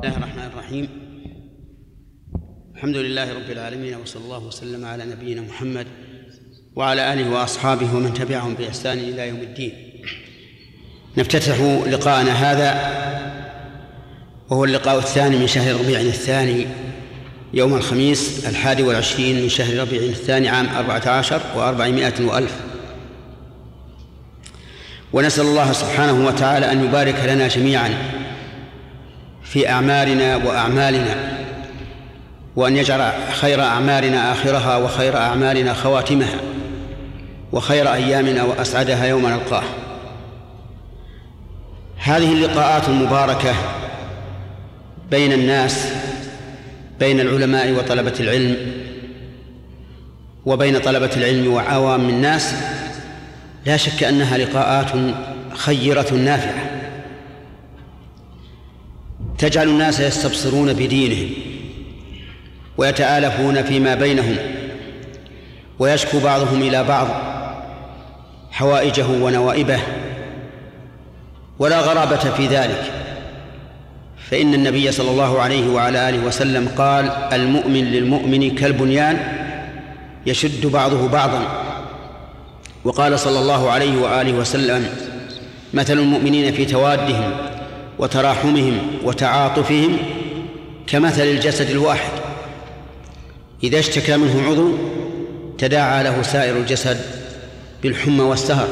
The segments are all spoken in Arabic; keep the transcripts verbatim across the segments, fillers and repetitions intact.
بسم الله الرحمن الرحيم. الحمد لله رب العالمين، وصلى الله وسلم على نبينا محمد وعلى آله وأصحابه ومن تبعهم بإحسان إلى يوم الدين. نفتتح لقاءنا هذا وهو اللقاء الثاني من شهر ربيع الثاني، يوم الخميس الحادي والعشرين من شهر ربيع الثاني عام أربعة عشر وأربعمائة وألف. ونسأل الله سبحانه وتعالى أن يبارك لنا جميعا في أعمالنا وأعمالنا، وأن يجعل خير أعمالنا آخرها وخير أعمالنا خواتمها وخير أيامنا وأسعدها يوم نلقاه. هذه اللقاءات المباركة بين الناس، بين العلماء وطلبة العلم، وبين طلبة العلم وعوام الناس، لا شك أنها لقاءات خيرة نافعة تجعل الناس يستبصرون بدينهم ويتآلفون فيما بينهم، ويشكو بعضهم إلى بعض حوائجه ونوائبه، ولا غرابة في ذلك، فإن النبي صلى الله عليه وعلى آله وسلم قال: المؤمن للمؤمن كالبنيان يشد بعضه بعضا. وقال صلى الله عليه وآله وسلم: مثل المؤمنين في توادهم وتراحمهم وتعاطفهم كمثل الجسد الواحد، إذا اشتكى منه عضو تداعى له سائر الجسد بالحمى والسهر.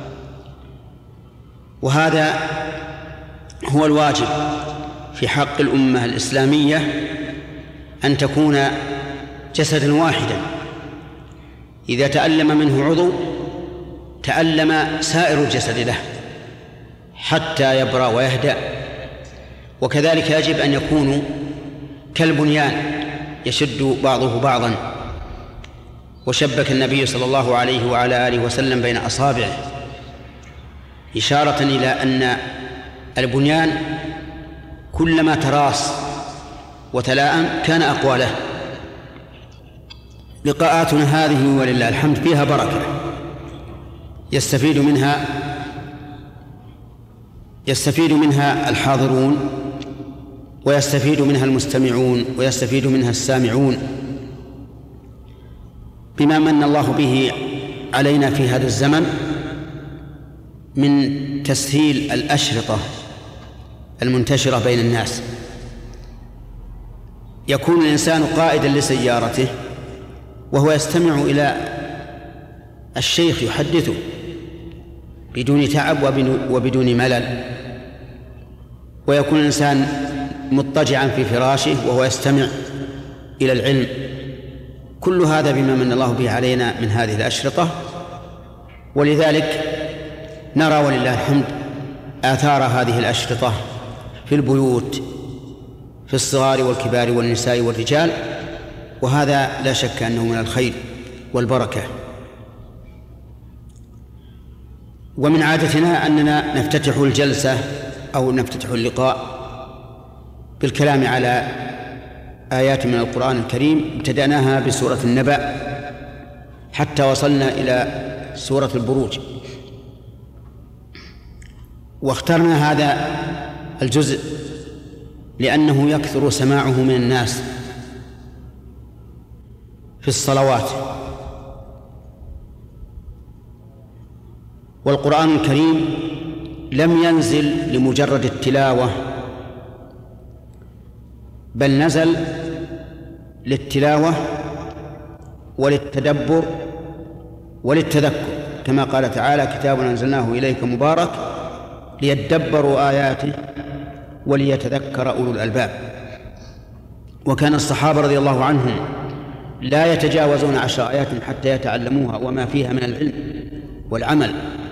وهذا هو الواجب في حق الأمة الإسلامية، أن تكون جسدا واحدا، إذا تألم منه عضو تألم سائر الجسد له حتى يبرأ ويهدأ. وكذلك يجب أن يكونوا كالبنيان يشد بعضه بعضا. وشبك النبي صلى الله عليه وعلى آله وسلم بين أصابعه إشارة إلى أن البنيان كلما تراص وتلاءم كان أقوى له. لقاءاتنا هذه ولله الحمد فيها بركة، يستفيد منها يستفيد منها الحاضرون، ويستفيد منها المستمعون، ويستفيد منها السامعون، بما من الله به علينا في هذا الزمن من تسهيل الأشرطة المنتشرة بين الناس. يكون الإنسان قائدا لسيارته وهو يستمع إلى الشيخ يحدثه بدون تعب وبدون ملل، ويكون الإنسان مضطجعا في فراشه وهو يستمع إلى العلم. كل هذا بما من الله به علينا من هذه الأشرطة، ولذلك نرى ولله الحمد آثار هذه الأشرطة في البيوت، في الصغار والكبار والنساء والرجال، وهذا لا شك أنه من الخير والبركة. ومن عادتنا أننا نفتتح الجلسة أو نفتتح اللقاء بالكلام على آيات من القرآن الكريم. ابتدأناها بسورة النبأ حتى وصلنا إلى سورة البروج، واخترنا هذا الجزء لأنه يكثر سماعه من الناس في الصلوات. والقرآن الكريم لم ينزل لمجرد التلاوة، بل نزل للتلاوة وللتدبر وللتذكر، كما قال تعالى: كتاب أنزلناه إليك مبارك ليدبروا آياته وليتذكر أولو الألباب. وكان الصحابة رضي الله عنهم لا يتجاوزون عشر آيات حتى يتعلموها وما فيها من العلم والعمل.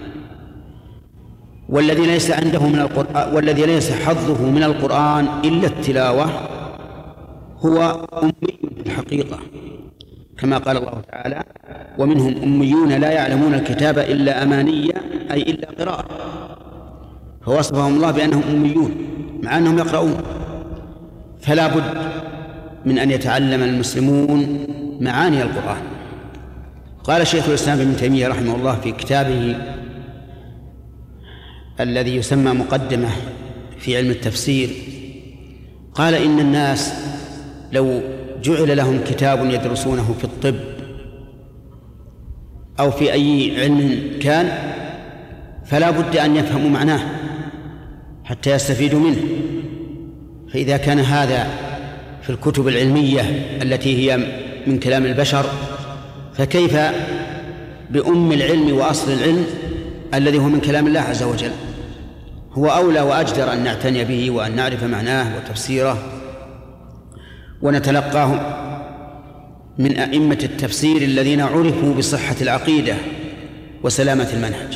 والذي ليس عنده من القرآن والذي ليس حظه من القرآن إلا التلاوة هو أمي في الحقيقة، كما قال الله تعالى: ومنهم أميون لا يعلمون الكتاب إلا أماني، أي إلا قراءة. فوصفهم الله بأنهم أميون مع أنهم يقرؤون. فلا بد من أن يتعلم المسلمون معاني القرآن. قال شيخ الإسلام ابن تيمية رحمه الله في كتابه الذي يسمى مقدمة في علم التفسير: قال إن الناس لو جعل لهم كتاب يدرسونه في الطب أو في أي علم كان فلا بد أن يفهموا معناه حتى يستفيدوا منه. فإذا كان هذا في الكتب العلمية التي هي من كلام البشر فكيف بأم العلم وأصل العلم الذي هو من كلام الله عز وجل؟ هو أولى وأجدر أن نعتني به وأن نعرف معناه وتفسيره ونتلقاه من أئمة التفسير الذين عرفوا بصحة العقيدة وسلامة المنهج.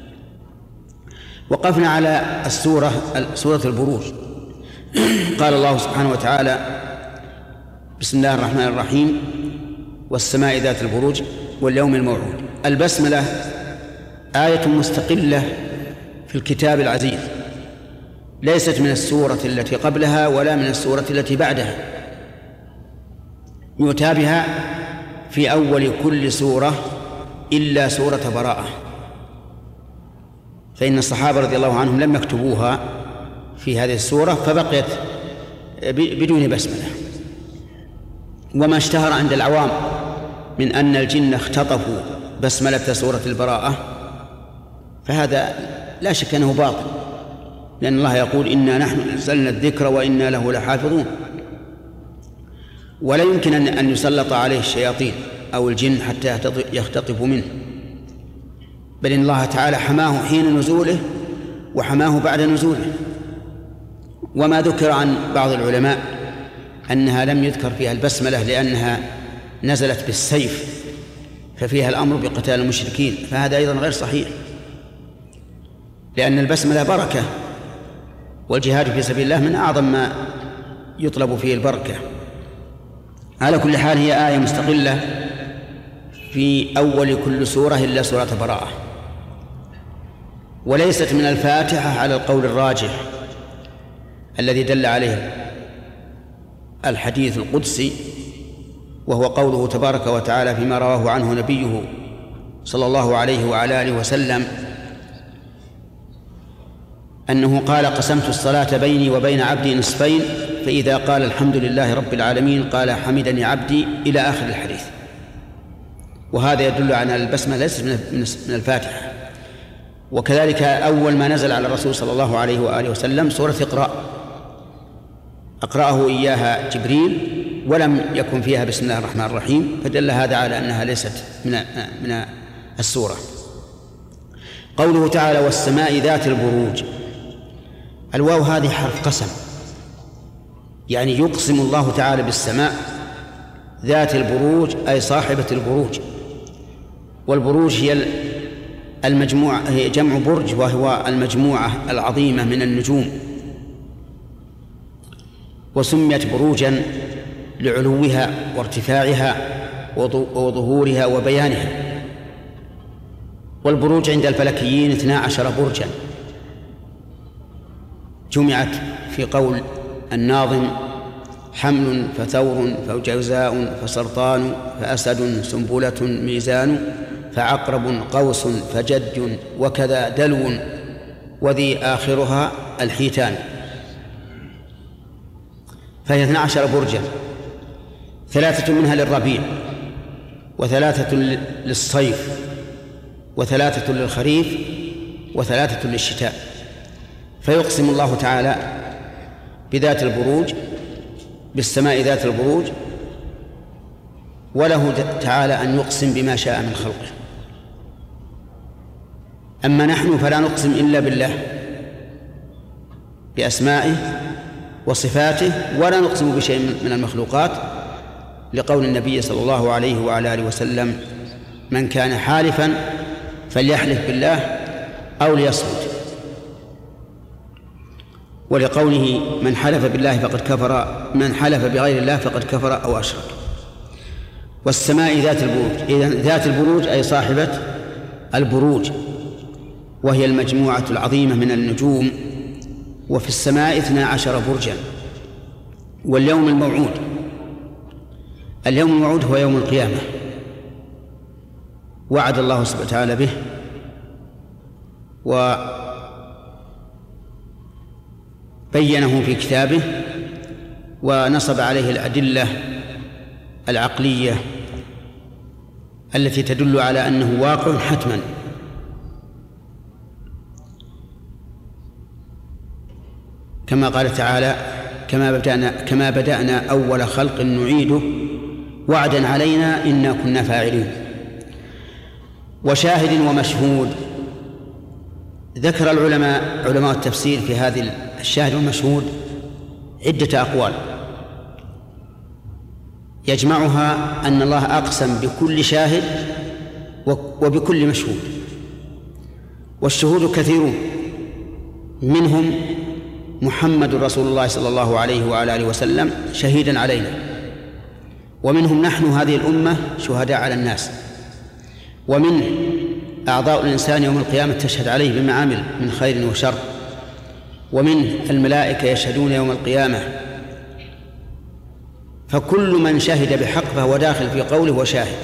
وقفنا على السورة سورة البروج. قال الله سبحانه وتعالى: بسم الله الرحمن الرحيم، والسماء ذات البروج واليوم الموعود. البسملة آية مستقلة في الكتاب العزيز، ليست من السورة التي قبلها ولا من السورة التي بعدها، يؤتى بها في أول كل سورة إلا سورة براءة، فإن الصحابة رضي الله عنهم لم يكتبوها في هذه السورة فبقيت بدون بسملة. وما اشتهر عند العوام من أن الجن اختطفوا بسملة سورة البراءة فهذا لا شك أنه باطل، لأن الله يقول: إنا نحن نزلنا الذكر وإنا له لحافظون. ولا يمكن أن يسلط عليه الشياطين أو الجن حتى يختطفوا منه، بل إن الله تعالى حماه حين نزوله وحماه بعد نزوله. وما ذكر عن بعض العلماء أنها لم يذكر فيها البسملة لأنها نزلت بالسيف ففيها الأمر بقتال المشركين، فهذا أيضا غير صحيح، لأن البسملة بركة، والجهاد في سبيل الله من أعظم ما يطلب فيه البركة. على كل حال هي آية مستقلة في أول كل سورة إلا سورة براءة، وليست من الفاتحة على القول الراجح الذي دل عليه الحديث القدسي، وهو قوله تبارك وتعالى فيما رواه عنه نبيه صلى الله عليه وعلى آله وسلم أنه قال: قسمت الصلاة بيني وبين عبدي نصفين، فإذا قال الحمد لله رب العالمين قال حمدني عبدي إلى آخر الحديث. وهذا يدل على أن البسمة ليست من الفاتحة. وكذلك أول ما نزل على الرسول صلى الله عليه وآله وسلم سورة اقرأ، أقرأه إياها جبريل ولم يكن فيها بسم الله الرحمن الرحيم، فدل هذا على أنها ليست من من السورة. قوله تعالى: والسماء ذات البروج، الواو هذه حرف قسم، يعني يقسم الله تعالى بالسماء ذات البروج أي صاحبة البروج. والبروج هي المجموعة، هي جمع برج، وهو المجموعة العظيمة من النجوم، وسميت بروجا لعلوها وارتفاعها وظهورها وبيانها. والبروج عند الفلكيين اثنا عشر برجا، جمعت في قول الناظم: حمل فثور فجوزاء فسرطان فأسد سنبلة ميزان فعقرب قوس فجد وكذا دلو وذي آخرها الحيتان. فهي اثنا عشر برجا، ثلاثة منها للربيع وثلاثة للصيف وثلاثة للخريف وثلاثة للشتاء. فيقسم الله تعالى بذات البروج، بالسماء ذات البروج، وله تعالى أن يقسم بما شاء من خلقه. أما نحن فلا نقسم إلا بالله بأسمائه وصفاته، ولا نقسم بشيء من المخلوقات، لقول النبي صلى الله عليه وعلى آله وسلم: من كان حالفا فليحلف بالله أو ليصمت. ولقوله: من حلف بالله فقد كفر، من حلف بغير الله فقد كفر أو أشرك. والسماء ذات البروج، إذن ذات البروج أي صاحبة البروج، وهي المجموعة العظيمة من النجوم. وفي السماء اثنا عشر برجا. واليوم الموعود، اليوم الموعود هو يوم القيامة، وعد الله سبحانه وتعالى به، وبينه في كتابه ونصب عليه الأدلة العقلية التي تدل على أنه واقع حتما. كما قال تعالى: كما بدأنا, كما بدأنا أول خلق نعيده وعدا علينا إنا كنا فاعلين. وشاهد ومشهود، ذكر العلماء علماء التفسير في هذه الشاهد والمشهود عدة أقوال يجمعها أن الله أقسم بكل شاهد وبكل مشهود. والشهود كثيرون، منهم محمد رسول الله صلى الله عليه وعلى آله وسلم شهيدا علينا، ومنهم نحن هذه الأمة شهداء على الناس، ومنه أعضاء الإنسان يوم القيامة تشهد عليه بما عمل من خير وشر، ومنه الملائكة يشهدون يوم القيامة. فكل من شهد بحق فهو داخل في قوله وشاهد.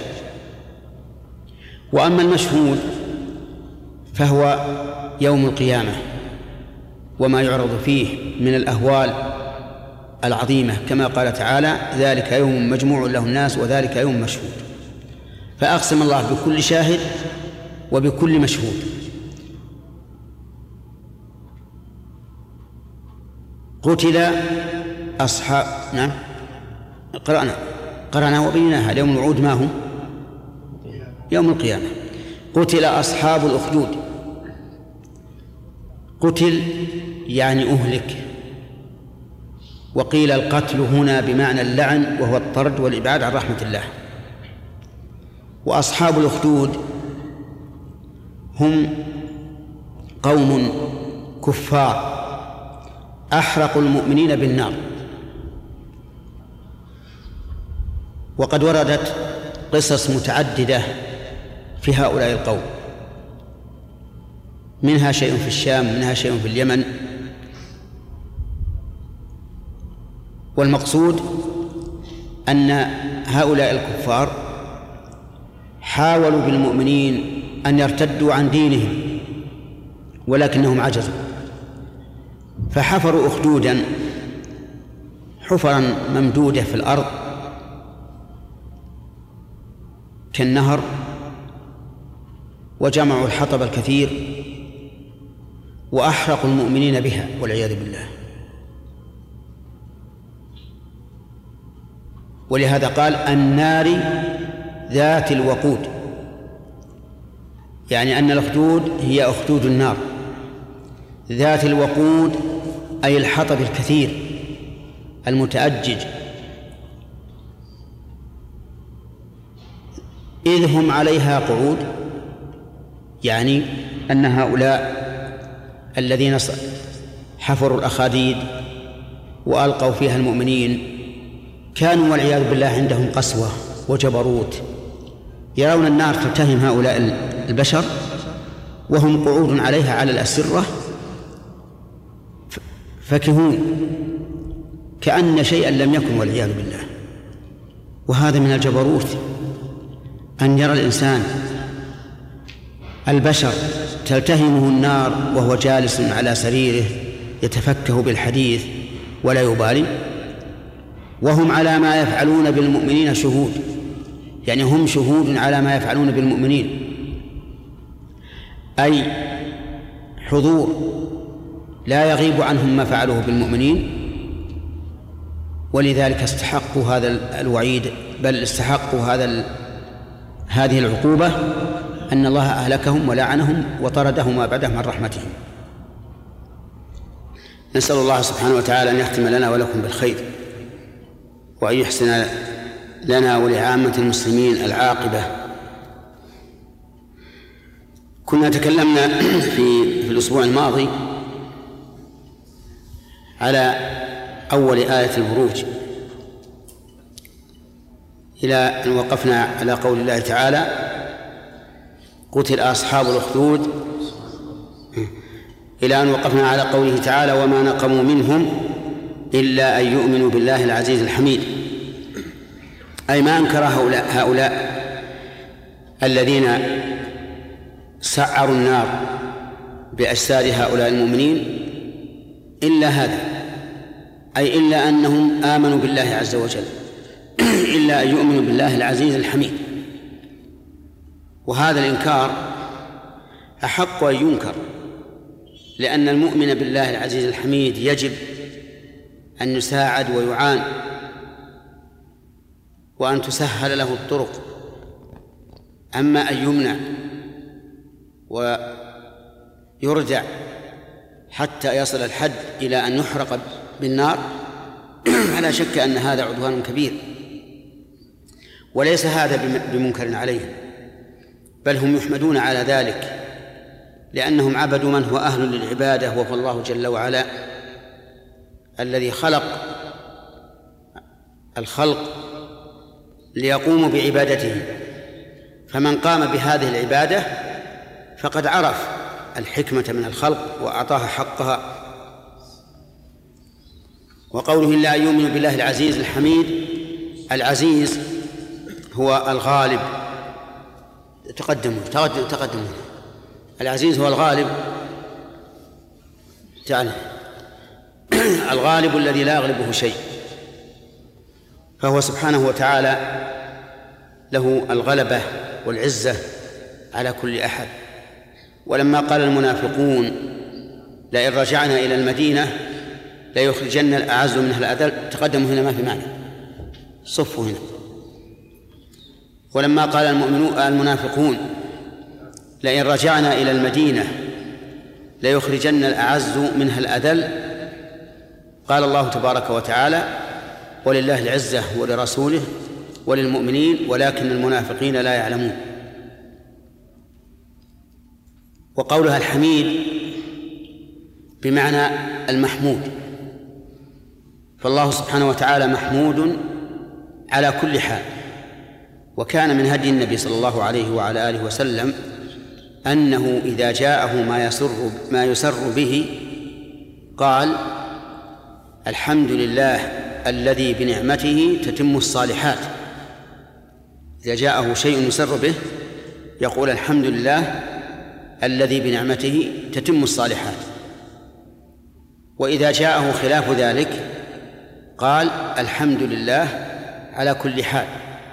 وأما المشهود فهو يوم القيامة وما يعرض فيه من الأهوال العظيمة، كما قال تعالى: ذلك يوم مجموع له الناس وذلك يوم مشهود. فأقسم الله بكل شاهد وبكل مشهود. قتل أصحاب نعم قرأنا قرأنا وبيناها. اليوم الوعود ما هو؟ يوم القيامة. قتل أصحاب الأخدود. قتل يعني أهلك، وقيل القتل هنا بمعنى اللعن وهو الطرد والإبعاد عن رحمة الله. وأصحاب الأخدود هم قوم كفار أحرقوا المؤمنين بالنار. وقد وردت قصص متعددة في هؤلاء القوم، منها شيء في الشام، منها شيء في اليمن. والمقصود أن هؤلاء الكفار حاولوا بالمؤمنين أن يرتدوا عن دينهم ولكنهم عجزوا، فحفروا أخدودا، حفرا ممدودة في الأرض كالنهر، وجمعوا الحطب الكثير وأحرقوا المؤمنين بها والعياذ بالله. ولهذا قال: النار ذات الوقود، يعني أن الأخدود هي أخدود النار. ذات الوقود أي الحطب الكثير المتأجج، إذ هم عليها قعود، يعني أن هؤلاء الذين حفروا الأخاديد وألقوا فيها المؤمنين كانوا والعياذ بالله عندهم قسوة وجبروت، يرون النار تلتهم هؤلاء البشر وهم قعود عليها على الأسرة فكهون كأن شيئا لم يكن والعياذ بالله. وهذا من الجبروت أن يرى الإنسان البشر تلتهمه النار وهو جالس على سريره يتفكه بالحديث ولا يبالي، وهم على ما يفعلون بالمؤمنين شهود، يعني هم شهود على ما يفعلون بالمؤمنين، أي حضور لا يغيب عنهم ما فعلوه بالمؤمنين. ولذلك استحقوا هذا الوعيد، بل استحقوا هذا هذه العقوبة، أن الله أهلكهم ولعنهم وطردهم ما بعدهم عن رحمتهم. نسأل الله سبحانه وتعالى أن يختم لنا ولكم بالخير، وأن يحسن لنا ولعامة المسلمين العاقبة. كنا تكلمنا في, في الأسبوع الماضي على أول آية البروج، إلى أن وقفنا على قول الله تعالى: قتل أصحاب الأخدود، إلى أن وقفنا على قوله تعالى: وما نقموا منهم إلا أن يؤمنوا بالله العزيز الحميد. أي ما أنكر هؤلاء, هؤلاء الذين سعروا النار بأجساد هؤلاء المؤمنين إلا هذا، أي إلا أنهم آمنوا بالله عز وجل، إلا أن يؤمنوا بالله العزيز الحميد. وهذا الإنكار أحق أن ينكر، لأن المؤمن بالله العزيز الحميد يجب أن يساعد ويعان وأن تسهل له الطرق. أما أن يمنع ويرجع حتى يصل الحد إلى أن يحرق بالنار فلا شك أن هذا عدوان كبير، وليس هذا بمنكر عليهم، بل هم يحمدون على ذلك، لأنهم عبدوا من هو أهل للعبادة، وهو الله جل وعلا الذي خلق الخلق ليقوموا بعبادته. فمن قام بهذه العبادة فقد عرف الحكمة من الخلق وأعطاها حقها. وقوله إلا أن يؤمنوا بالله العزيز الحميد، العزيز هو الغالب. تقدموا تقدموا تقدموا العزيز هو الغالب، تعالى الغالب الذي لا يغلبه شيء، فهو سبحانه وتعالى له الغلبة والعزة على كل أحد. ولما قال المنافقون لئن رجعنا إلى المدينة ليخرجن الأعز منها الأذل، تقدموا هنا ما في معنى، صفوا هنا. ولما قال المؤمنون المنافقون لئن رجعنا إلى المدينة ليخرجن الأعز منها الأذل، قال الله تبارك وتعالى ولله العزة ولرسوله وللمؤمنين ولكن المنافقين لا يعلمون. وقولها الحميد بمعنى المحمود، فالله سبحانه وتعالى محمود على كل حال. وكان من هدي النبي صلى الله عليه وعلى آله وسلم أنه إذا جاءه ما يسر ما يسر به قال الحمد لله الذي بنعمته تتم الصالحات. إذا جاءه شيء يسر به يقول الحمد لله الذي بنعمته تتم الصالحات. وإذا جاءه خلاف ذلك قال الحمد لله على كل حال.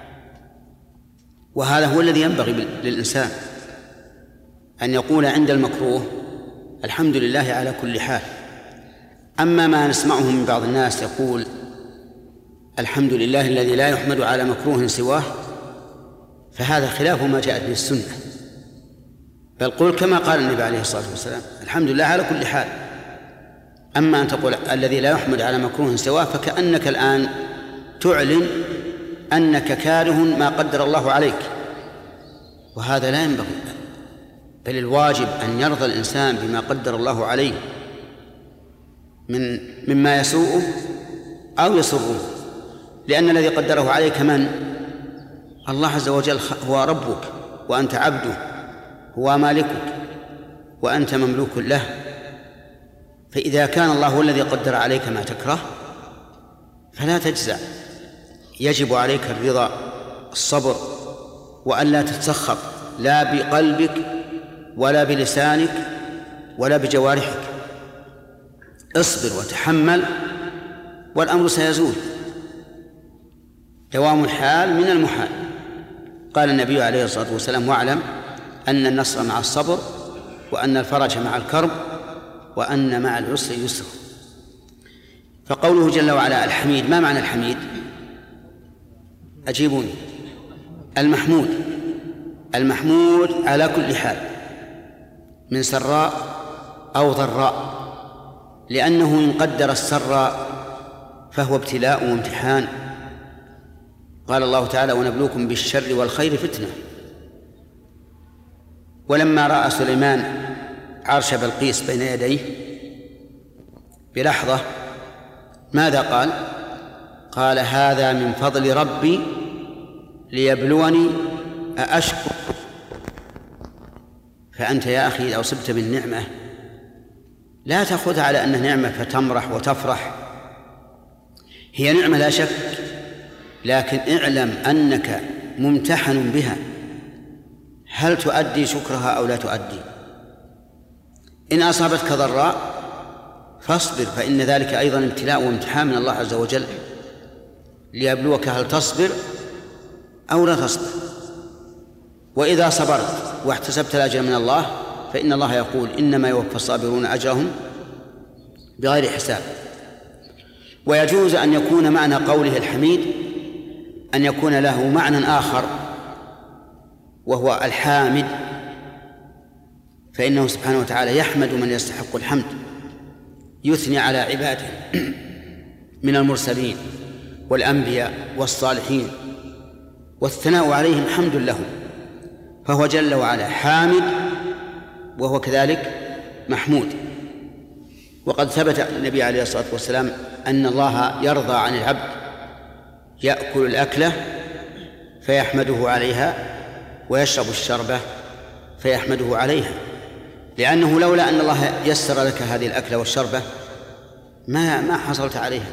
وهذا هو الذي ينبغي للإنسان أن يقول عند المكروه الحمد لله على كل حال. أما ما نسمعه من بعض الناس يقول الحمد لله الذي لا يحمد على مكروه سواه، فهذا خلاف ما جاءت به السنة، بل قل كما قال النبي عليه الصلاة والسلام الحمد لله على كل حال. أما أن تقول الذي لا يحمد على مكروه سواه فكأنك الآن تعلن أنك كاره ما قدر الله عليك، وهذا لا ينبغي، بل الواجب أن يرضى الإنسان بما قدر الله عليه من مما يسوءه أو يسره، لأن الذي قدره عليك من؟ الله عز وجل، هو ربك وأنت عبده، هو مالكك وأنت مملوك له. فإذا كان الله هو الذي قدر عليك ما تكره فلا تجزع، يجب عليك الرضا الصبر، وألا تتسخط لا بقلبك ولا بلسانك ولا بجوارحك. اصبر وتحمل والأمر سيزول، دوام الحال من المحال. قال النبي عليه الصلاة والسلام واعلم أن النصر مع الصبر وأن الفرج مع الكرب وأن مع العسر يسر. فقوله جل وعلا الحميد، ما معنى الحميد؟ أجيبوني. المحمود، المحمود على كل حال من سراء أو ضراء، لأنه إن قدر السراء فهو ابتلاء وامتحان. قال الله تعالى ونبلوكم بالشر والخير فتنة. ولما رأى سليمان عرش بلقيس بين يديه بلحظة ماذا قال؟ قال هذا من فضل ربي ليبلوني أأشكر. فأنت يا أخي لو صبت بالنعمة لا تأخذها على أنها نعمة فتمرح وتفرح، هي نعمة لا شك، لكن اعلم أنك ممتحن بها، هل تؤدي شكرها أو لا تؤدي؟ إن أصابتك ضراء فاصبر فإن ذلك أيضا ابتلاء وامتحان من الله عز وجل ليبلوك هل تصبر أو لا تصبر. وإذا صبرت واحتسبت الأجر من الله فإن الله يقول إنما يوفى الصابرون أجرهم بغير حساب. ويجوز أن يكون معنى قوله الحميد أن يكون له معنى آخر وهو الحامد، فإنه سبحانه وتعالى يحمد من يستحق الحمد، يثني على عباده من المرسلين والأنبياء والصالحين، والثناء عليهم حمد لهم، فهو جل وعلا حامد وهو كذلك محمود. وقد ثبت عن النبي عليه الصلاة والسلام أن الله يرضى عن العبد يأكل الأكلة فيحمده عليها ويشرب الشربة فيحمده عليها، لأنه لولا أن الله يسر لك هذه الأكلة والشربة ما ما حصلت عليها.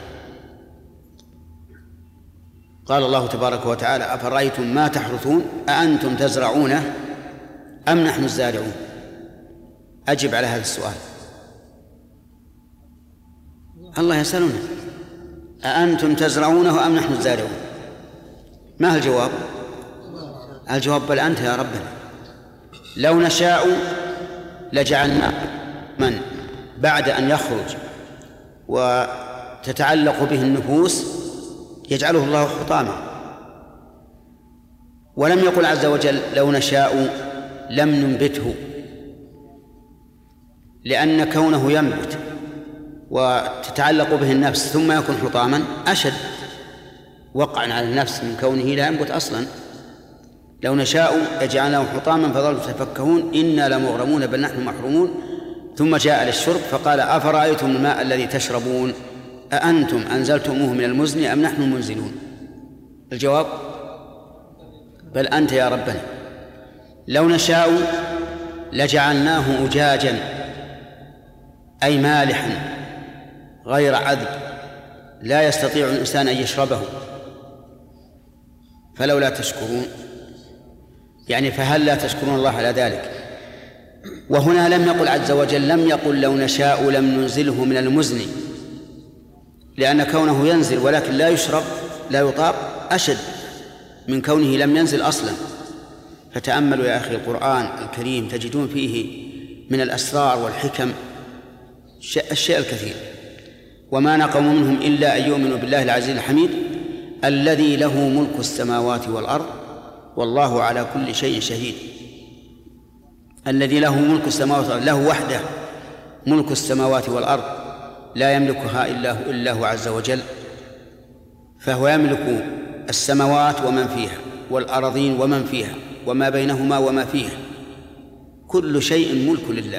قال الله تبارك وتعالى أفرأيتم ما تحرثون أأنتم تزرعونه أم نحن الزارعون؟ أجب على هذا السؤال. الله يسألنا أأنتم تزرعونه أم نحن الزارعون؟ ما هو الجواب؟ الجواب بل أنت يا ربنا. لو نشاء لجعلنا من بعد أن يخرج وتتعلق به النفوس يجعله الله حطاما. ولم يقل عز وجل لو نشاء لم ننبته، لأن كونه ينبت وتتعلق به النفس ثم يكون حطاما أشد وقعا على النفس من كونه لا ينبت أصلا. لو نشاء لجعلناه حطاما فظلوا تفكهون إنا لمغرمون بل نحن محرومون. ثم جاء للشرب فقال أفرأيتم الماء الذي تشربون أأنتم أنزلتموه من المزن أم نحن المنزلون؟ الجواب بل أنت يا ربنا. لو نشاء لجعلناه أجاجا أي مالحا غير عذب لا يستطيع الإنسان أن يشربه، فلولا تشكرون، يعني فهل لا تشكرون الله على ذلك؟ وهنا لم يقل عز وجل لم يقل لو نشاء لم ننزله من المزن، لأن كونه ينزل ولكن لا يشرب لا يطاب أشد من كونه لم ينزل أصلا. فتأملوا يا أخي القرآن الكريم تجدون فيه من الأسرار والحكم الشيء الكثير. وما نقموا منهم إلا أن يؤمنوا بالله العزيز الحميد الذي له ملك السماوات والأرض والله على كل شيء شهيد. الذي له ملك السماوات والأرض، له وحده ملك السماوات والأرض لا يملكها إلا إلا هو عز وجل، فهو يملك السماوات ومن فيها والأرضين ومن فيها وما بينهما وما فيها، كل شيء ملك لله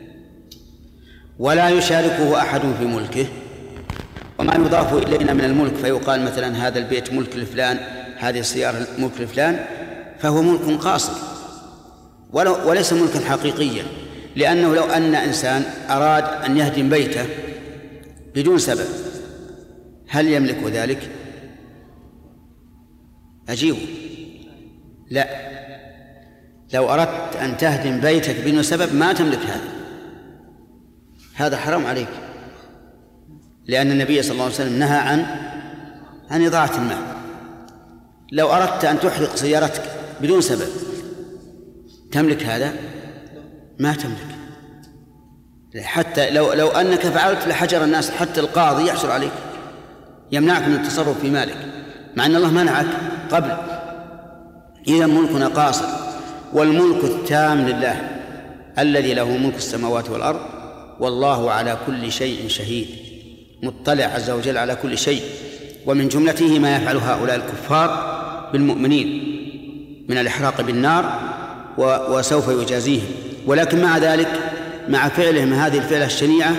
ولا يشاركه أحد في ملكه. وما يضاف إلينا من الملك فيقال مثلا هذا البيت ملك لفلان، هذه السيارة ملك لفلان، فهو ملك قاصر وليس ملكا حقيقيا، لأنه لو أن إنسان أراد أن يهدم بيته بدون سبب هل يملك ذلك؟ أجيبه لا. لو أردت أن تهدم بيتك بدون سبب ما تملك هذا، هذا حرام عليك، لأن النبي صلى الله عليه وسلم نهى عن عن إضاعة المال. لو أردت أن تحرق سيارتك بدون سبب تملك هذا؟ ما تملك. حتى لو لو أنك فعلت لحجر الناس، حتى القاضي يحصل عليك يمنعك من التصرف في مالك مع أن الله منعك قبل. إذا ملكنا قاصر، والملك التام لله الذي له ملك السماوات والأرض والله على كل شيء شهيد، مطلع عز وجل على كل شيء. ومن جملته ما يفعل هؤلاء الكفار بالمؤمنين من الإحراق بالنار وسوف يجازيهم. ولكن مع ذلك مع فعلهم هذه الفعلة الشنيعة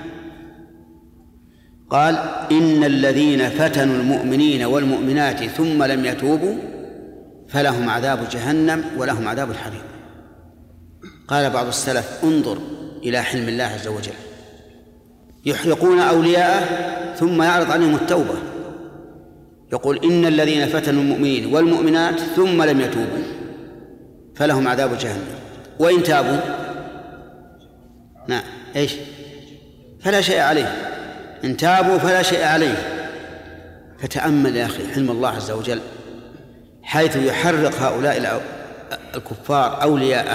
قال إن الذين فتنوا المؤمنين والمؤمنات ثم لم يتوبوا فلهم عذاب جهنم ولهم عذاب الحريق. قال بعض السلف انظر إلى حلم الله عز وجل، يحرقون أولياءه ثم يعرض عليهم التوبة، يقول إن الذين فتنوا المؤمنين والمؤمنات ثم لم يتوبوا فلهم عذاب جهنم وإن تابوا نعم إيش فلا شيء عليه، إن تابوا فلا شيء عليه. فتأمل يا أخي حلم الله عز وجل حيث يحرق هؤلاء الكفار أولياءه،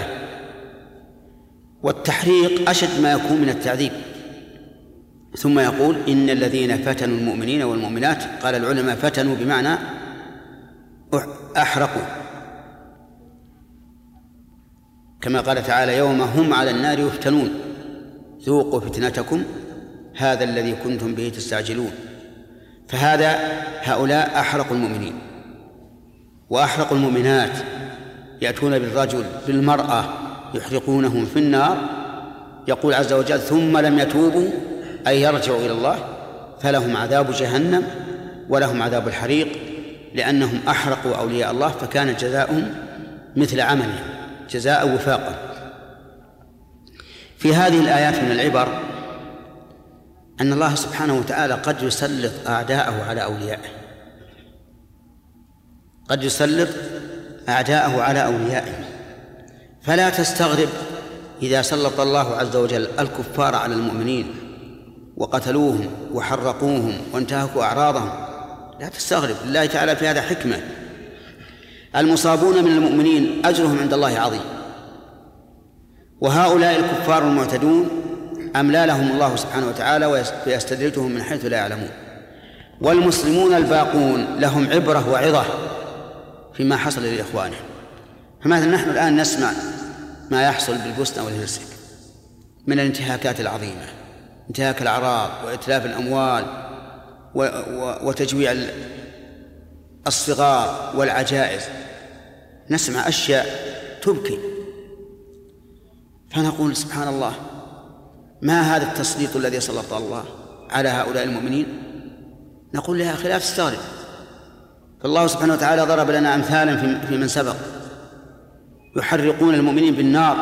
والتحريق أشد ما يكون من التعذيب. ثم يقول إن الذين فتنوا المؤمنين والمؤمنات، قال العلماء فتنوا بمعنى أحرقوا، كما قال تعالى يوم هم على النار يفتنون ذوقوا فتنتكم هذا الذي كنتم به تستعجلون. فهذا هؤلاء أحرقوا المؤمنين وأحرقوا المؤمنات، يأتون بالرجل بالمرأة يحرقونهم في النار. يقول عز وجل ثم لم يتوبوا أي يرجعوا إلى الله فلهم عذاب جهنم ولهم عذاب الحريق، لأنهم أحرقوا أولياء الله فكان جزاؤهم مثل عملهم جزاء وفاقا. في هذه الآيات من العبر أن الله سبحانه وتعالى قد يسلط أعداءه على أوليائه، قد يسلط أعداءه على أوليائه. فلا تستغرب إذا سلط الله عز وجل الكفار على المؤمنين وقتلوهم وحرقوهم وانتهكوا أعراضهم، لا تستغرب، لله تعالى في هذا حكمة. المصابون من المؤمنين أجرهم عند الله عظيم، وهؤلاء الكفار المعتدون أملى لهم الله سبحانه وتعالى ويستدرجهم من حيث لا يعلمون. والمسلمون الباقون لهم عبرة وعظة فيما حصل لإخوانهم. فمثلا نحن الآن نسمع ما يحصل بالبوسنة والهرسك من الانتهاكات العظيمة، انتهاك الأعراض وإتلاف الأموال وتجويع الصغار والعجائز، نسمع أشياء تبكي، فنقول سبحان الله، ما هذا التسليط الذي سلط الله على هؤلاء المؤمنين؟ نقول يا أخي لا تستغرب، فالله سبحانه وتعالى ضرب لنا أمثالا في من سبق يحرقون المؤمنين بالنار.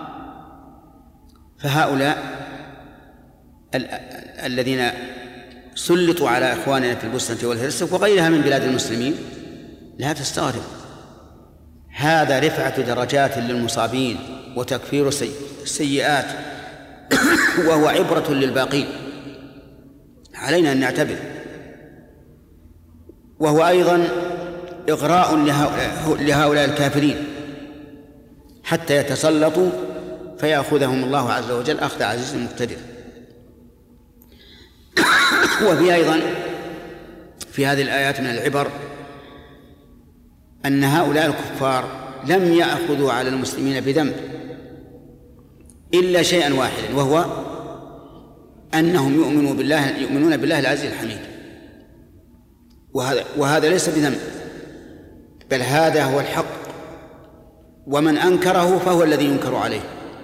فهؤلاء ال- الذين سلطوا على إخواننا في البوسنة والهرسك وغيرها من بلاد المسلمين لا تستغرب، هذا رفعة درجات للمصابين وتكفير السيئات وهو عبرة للباقين، علينا أن نعتبر. وهو أيضا إغراء لهؤلاء الكافرين حتى يتسلطوا فيأخذهم الله عز وجل أخذ عزيز مقتدر. وفي أيضا في هذه الآيات من العبر أن هؤلاء الكفار لم يأخذوا على المسلمين بذنب إلا شيئا واحدا، وهو أنهم يؤمنون بالله يؤمنون بالله العزيز الحميد، وهذا وهذا ليس بذنب، بل هذا هو الحق، ومن أنكره فهو الذي ينكر عليه.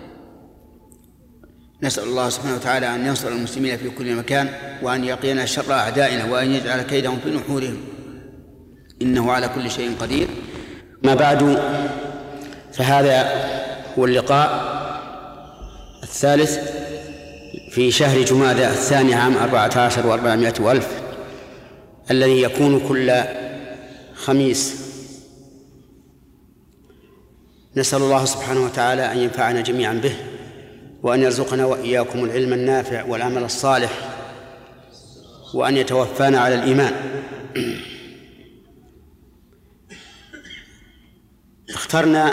نسأل الله سبحانه وتعالى أن ينصر المسلمين في كل مكان، وأن يقينا شر أعدائنا، وأن يجعل كيدهم في نحورهم، إنه على كل شيء قدير. ما بعد، فهذا هو اللقاء الثالث في شهر جمادى الثاني عام أربعة عشر وأربعمائة وألف، الذي يكون كل خميس. نسأل الله سبحانه وتعالى أن ينفعنا جميعا به، وأن يرزقنا وإياكم العلم النافع والعمل الصالح، وأن يتوفانا على الإيمان. اخترنا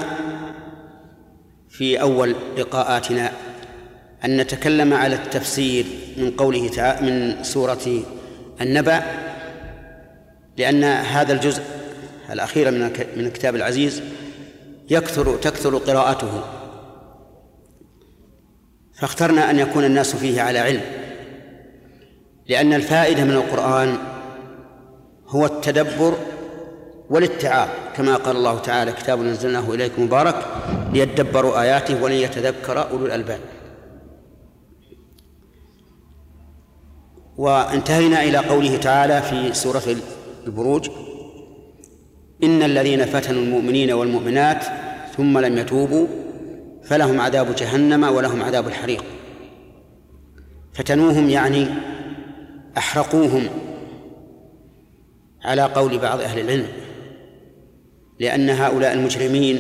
في أول لقاءاتنا أن نتكلم على التفسير من قوله تعالى من سورة النبأ، لأن هذا الجزء الأخير من من الكتاب العزيز يكثر تكثر قراءته، فاخترنا أن يكون الناس فيه على علم، لأن الفائدة من القرآن هو التدبر والاتعاظ، كما قال الله تعالى كتاب أنزلناه إليكم مبارك ليدبروا آياته وليتذكر أولو الألباب. وانتهينا إلى قوله تعالى في سورة البروج: إن الذين فتنوا المؤمنين والمؤمنات ثم لم يتوبوا فلهم عذاب جهنم ولهم عذاب الحريق. فتنوهم يعني أحرقوهم على قول بعض أهل العلم، لأن هؤلاء المجرمين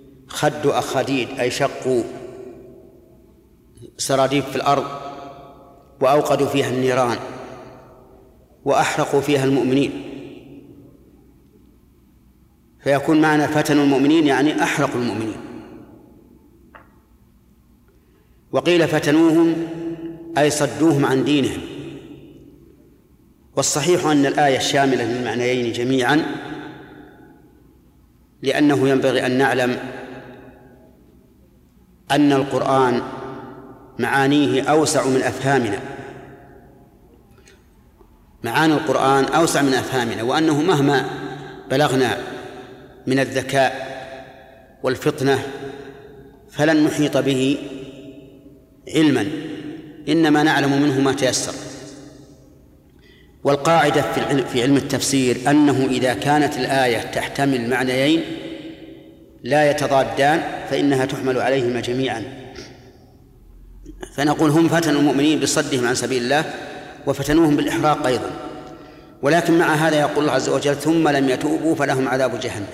خدوا أخاديد أي شقوا سراديب في الأرض وأوقدوا فيها النيران وأحرقوا فيها المؤمنين، فيكون معنى فتنوا المؤمنين يعني أحرقوا المؤمنين. وقيل فتنوهم أي صدوهم عن دينهم. والصحيح أن الآية شاملة للمعنيين جميعا، لأنه ينبغي أن نعلم أن القرآن معانيه أوسع من أفهامنا، معاني القرآن أوسع من أفهامنا، وأنه مهما بلغنا من الذكاء والفطنة فلن نحيط به علما، إنما نعلم منه ما تيسر. والقاعدة في علم التفسير أنه إذا كانت الآية تحتمل معنيين لا يتضادان فإنها تحمل عليهما جميعا. فنقول هم فتنوا المؤمنين بصدهم عن سبيل الله وفتنوهم بالإحراق أيضا، ولكن مع هذا يقول الله عز وجل ثم لم يتوبوا فلهم عذاب جهنم.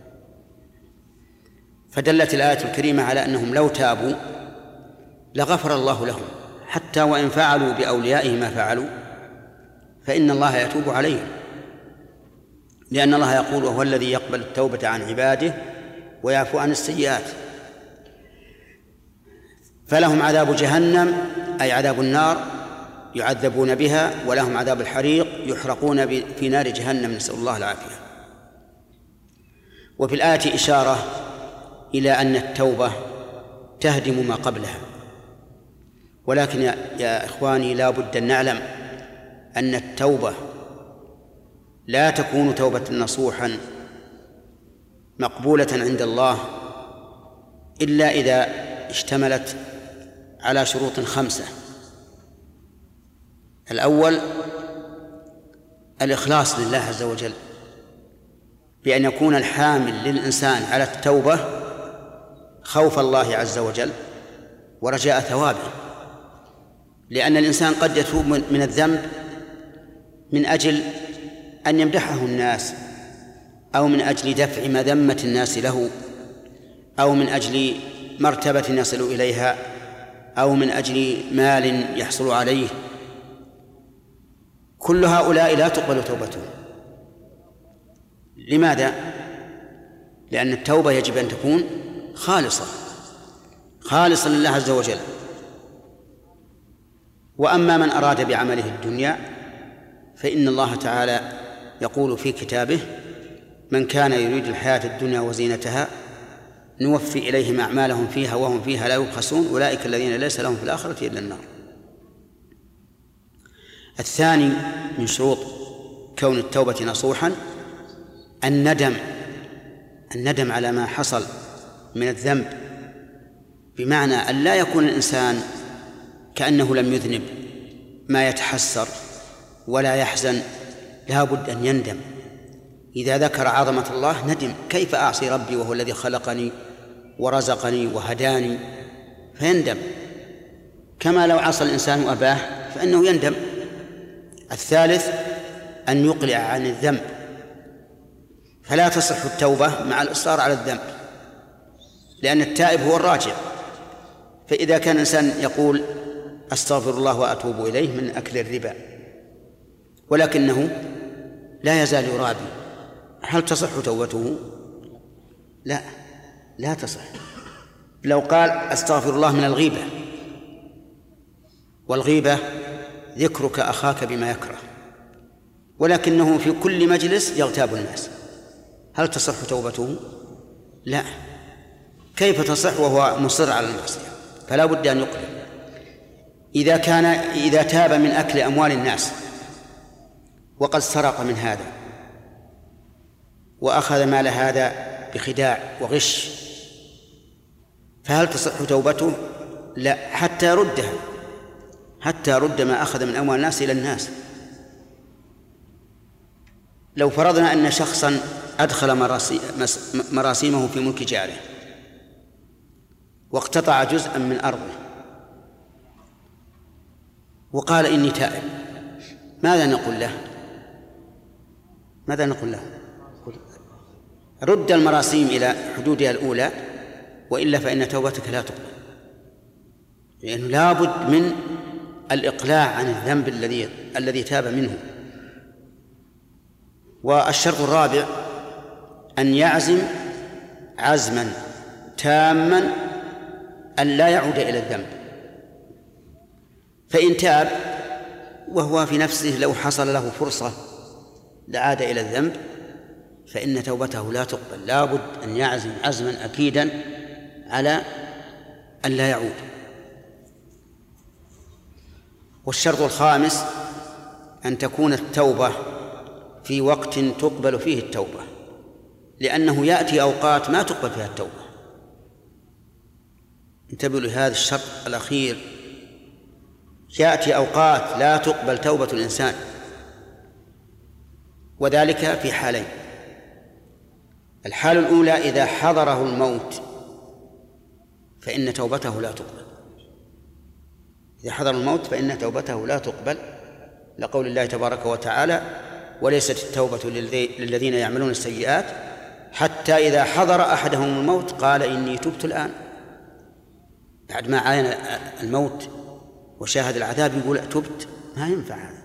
فدلت الآية الكريمة على أنهم لو تابوا لغفر الله لهم، حتى وإن فعلوا بأوليائهم ما فعلوا فإن الله يتوب عليهم، لأن الله يقول وهو الذي يقبل التوبة عن عباده ويعفو عن السيئات. فلهم عذاب جهنم أي عذاب النار يعذبون بها، ولهم عذاب الحريق يحرقون في نار جهنم، نسأل الله العافية. وفي الآية إشارة إلى أن التوبة تهدم ما قبلها، ولكن يا, يا إخواني لا بد أن نعلم أن التوبة لا تكون توبة نصوحا مقبولة عند الله إلا إذا اشتملت على شروط خمسة. الأول الإخلاص لله عز وجل، بأن يكون الحامل للإنسان على التوبة خوف الله عز وجل ورجاء ثوابه، لأن الإنسان قد يتوب من الذنب من أجل أن يمدحه الناس، أو من أجل دفع مذمة الناس له، أو من أجل مرتبة يصل إليها، أو من أجل مال يحصل عليه. كل هؤلاء لا تقبل توبتهم. لماذا؟ لأن التوبة يجب أن تكون خالصة خالصة لله عز وجل. وأما من أراد بعمله الدنيا فإن الله تعالى يقول في كتابه من كان يريد الحياة الدنيا وزينتها نوفي إليهم أعمالهم فيها وهم فيها لا يبخسون أولئك الذين ليس لهم في الآخرة إلا النار. الثاني من شروط كون التوبة نصوحا الندم الندم على ما حصل من الذنب، بمعنى أن لا يكون الإنسان كأنه لم يذنب، ما يتحسر ولا يحزن، لا بد أن يندم. إذا ذكر عظمة الله ندم، كيف أعصي ربي وهو الذي خلقني ورزقني وهداني، فيندم، كما لو عصى الإنسان أباه فإنه يندم. الثالث أن يقلع عن الذنب، فلا تصح التوبة مع الإصرار على الذنب، لأن التائب هو الراجع. فإذا كان الإنسان يقول أستغفر الله وأتوب إليه من أكل الربا ولكنه لا يزال يرابي، هل تصح توبته؟ لا لا تصح. لو قال أستغفر الله من الغيبة، والغيبة ذكرك أخاك بما يكره، ولكنه في كل مجلس يغتاب الناس، هل تصح توبته؟ لا. كيف تصح وهو مصر على المعصية؟ فلا بد أن يقلع. إذا كان إذا تاب من أكل أموال الناس وقد سرق من هذا وأخذ مال هذا بخداع وغش، فهل تصح توبته؟ لا، حتى يردها، حتى يرد ما أخذ من أموال الناس إلى الناس. لو فرضنا أن شخصا أدخل مراسيمه في ملك جاره واقتطع جزءا من أرضه وقال إني تائب، ماذا نقول له؟ ماذا نقول له؟ رد المراسيم إلى حدودها الأولى، وإلا فإن توبتك لا تقبل، لأنه لا بد من الإقلاع عن الذنب الذي الذي تاب منه. والشرط الرابع أن يعزم عزما تاما أن لا يعود إلى الذنب. فإن تاب وهو في نفسه لو حصل له فرصة لعاد إلى الذنب فإن توبته لا تقبل، لا بد أن يعزم عزما أكيدا على أن لا يعود. والشرط الخامس أن تكون التوبة في وقت تقبل فيه التوبة، لأنه يأتي أوقات ما تقبل فيها التوبة. انتبهوا لهذا الشرط الأخير، يأتي أوقات لا تقبل توبة الإنسان، وذلك في حالين: الحالة الأولى إذا حضره الموت فإن توبته لا تقبل، إذا حضر الموت فإن توبته لا تقبل، لقول الله تبارك وتعالى: وليست التوبة للذين يعملون السيئات حتى إذا حضر أحدهم الموت قال إني تبت الآن. بعد ما عاين الموت وشاهد العذاب يقول تبت، ما ينفع هذا.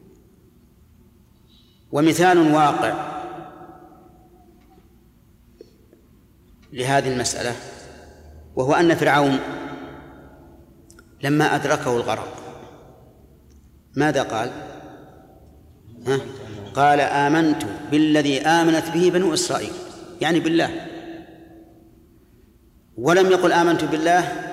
ومثال واقع لهذه المسألة وهو أن فرعون لما أدركه الغرق ماذا قال؟ ها؟ قال آمنت بالذي آمنت به بنو إسرائيل، يعني بالله، ولم يقل آمنت بالله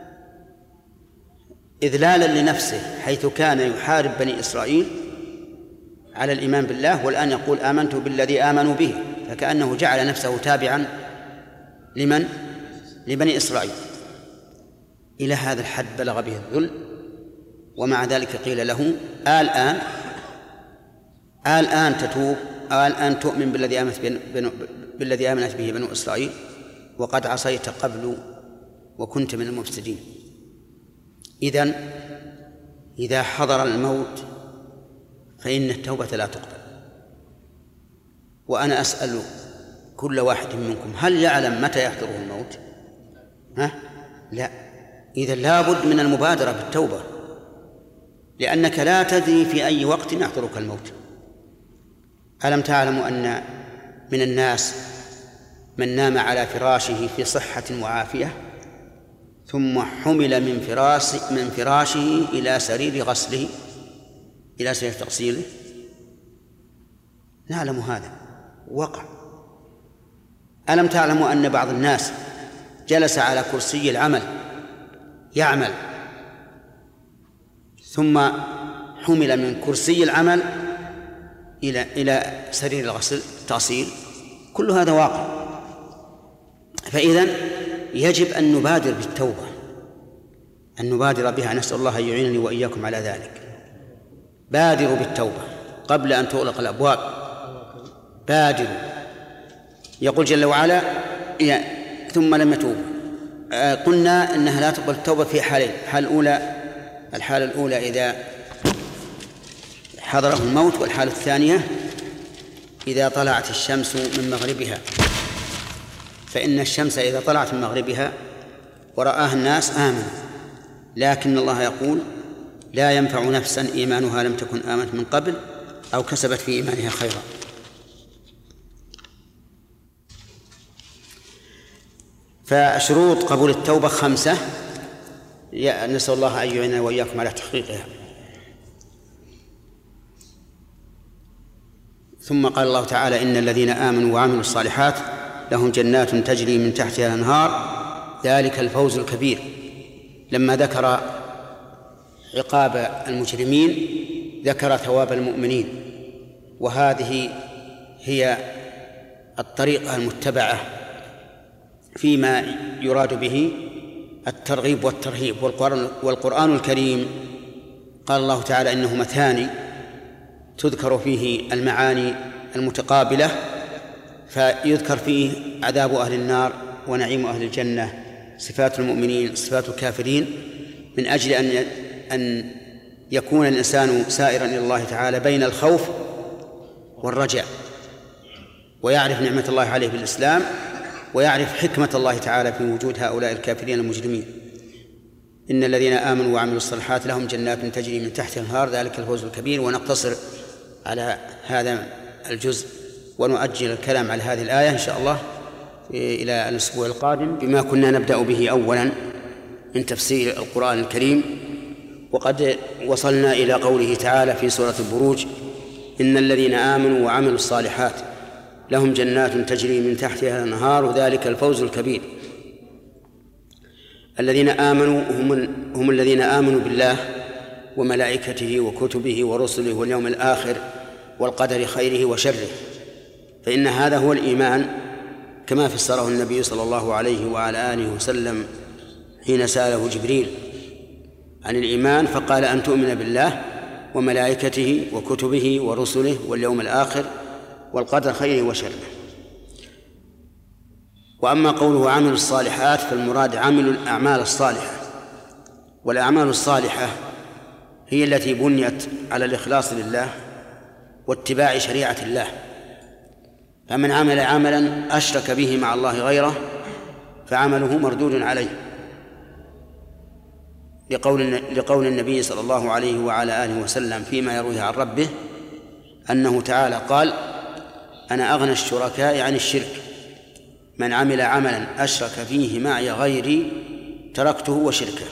إذلالا لنفسه حيث كان يحارب بني إسرائيل على الإيمان بالله، والآن يقول آمنت بالذي آمنوا به، فكأنه جعل نفسه تابعا لمن؟ لبني إسرائيل. إلى هذا الحد بلغ به الذل، ومع ذلك قيل له الآن الآن تتوب، الآن تؤمن بالذي آمنت بالذي آمنت به بنو إسرائيل وقد عصيت قبل وكنت من المفسدين. إذن إذا حضر الموت فإن التوبة لا تقبل. وأنا أسأل كل واحد منكم هل يعلم متى يحضره الموت؟ ها؟ لا. إذا لا بد من المبادرة بالتوبة، لأنك لا تدري في أي وقت يحضرك الموت. ألم تعلموا أن من الناس من نام على فراشه في صحة وعافية ثم حمل من فراش من فراشه إلى سرير غسله، إلى سرير تغسيله؟ نعلم هذا وقع. ألم تعلموا أن بعض الناس جلس على كرسي العمل يعمل ثم حمل من كرسي العمل إلى إلى سرير الغسل تغسيل؟ كل هذا واقع. فإذن يجب أن نبادر بالتوبة، أن نبادر بها. نسأل الله أن يعينني وإياكم على ذلك. بادروا بالتوبة قبل أن تغلق الأبواب، بادروا. يقول جل وعلا: ثم لم يتوبوا. قلنا إنها لا تقبل التوبة في حالين: الحالة الأولى الحالة الأولى إذا حضره الموت، والحالة الثانية إذا طلعت الشمس من مغربها. فإن الشمس إذا طلعت من مغربها ورآها الناس آمنوا، لكن الله يقول: لا ينفع نفسا إيمانها لم تكن آمنت من قبل أو كسبت في إيمانها خيرا. فشروط قبول التوبة خمسة، نسأل الله أن يعيننا وإياكم على تحقيقها. ثم قال الله تعالى: إن الذين آمنوا وعملوا الصالحات لهم جنات تجري من تحتها الأنهار ذلك الفوز الكبير. لما ذكر عقاب المجرمين ذكر ثواب المؤمنين، وهذه هي الطريقة المتبعة فيما يراد به الترغيب والترهيب. والقرآن الكريم قال الله تعالى إنه مثاني تذكر فيه المعاني المتقابلة، فيذكر فيه عذاب أهل النار ونعيم أهل الجنة، صفات المؤمنين، صفات الكافرين، من أجل أن أن يكون الإنسان سائرا إلى الله تعالى بين الخوف والرجاء، ويعرف نعمة الله عليه بالإسلام، ويعرف حكمة الله تعالى في وجود هؤلاء الكافرين المجرمين. إن الذين آمنوا وعملوا الصالحات لهم جنات تجري من تحتها الأنهار ذلك الفوز الكبير. ونقتصر على هذا الجزء ونؤجل الكلام على هذه الآية إن شاء الله إلى الأسبوع القادم بما كنا نبدأ به أولا من تفسير القرآن الكريم. وقد وصلنا إلى قوله تعالى في سورة البروج: إن الذين آمنوا وعملوا الصالحات لهم جنات تجري من تحتها الأنهار ذلك الفوز الكبير. الذين آمنوا هم, هم الذين آمنوا بالله وملائكته وكتبه ورسله واليوم الآخر والقدر خيره وشره، فإن هذا هو الإيمان كما فسره النبي صلى الله عليه وعلى آله وسلم حين سأله جبريل عن الإيمان فقال: أن تؤمن بالله وملائكته وكتبه ورسله واليوم الآخر والقدر خيره وشره. وأما قوله عملوا الصالحات فالمراد عملوا الأعمال الصالحة، والأعمال الصالحة هي التي بنيت على الإخلاص لله واتباع شريعة الله. فمن عمل عملا أشرك به مع الله غيره فعمله مردود عليه، لقول, لقول النبي صلى الله عليه وعلى آله وسلم فيما يرويه عن ربه أنه تعالى قال: أنا أغنى الشركاء عن الشرك، من عمل عملا أشرك فيه معي غيري تركته وشركه.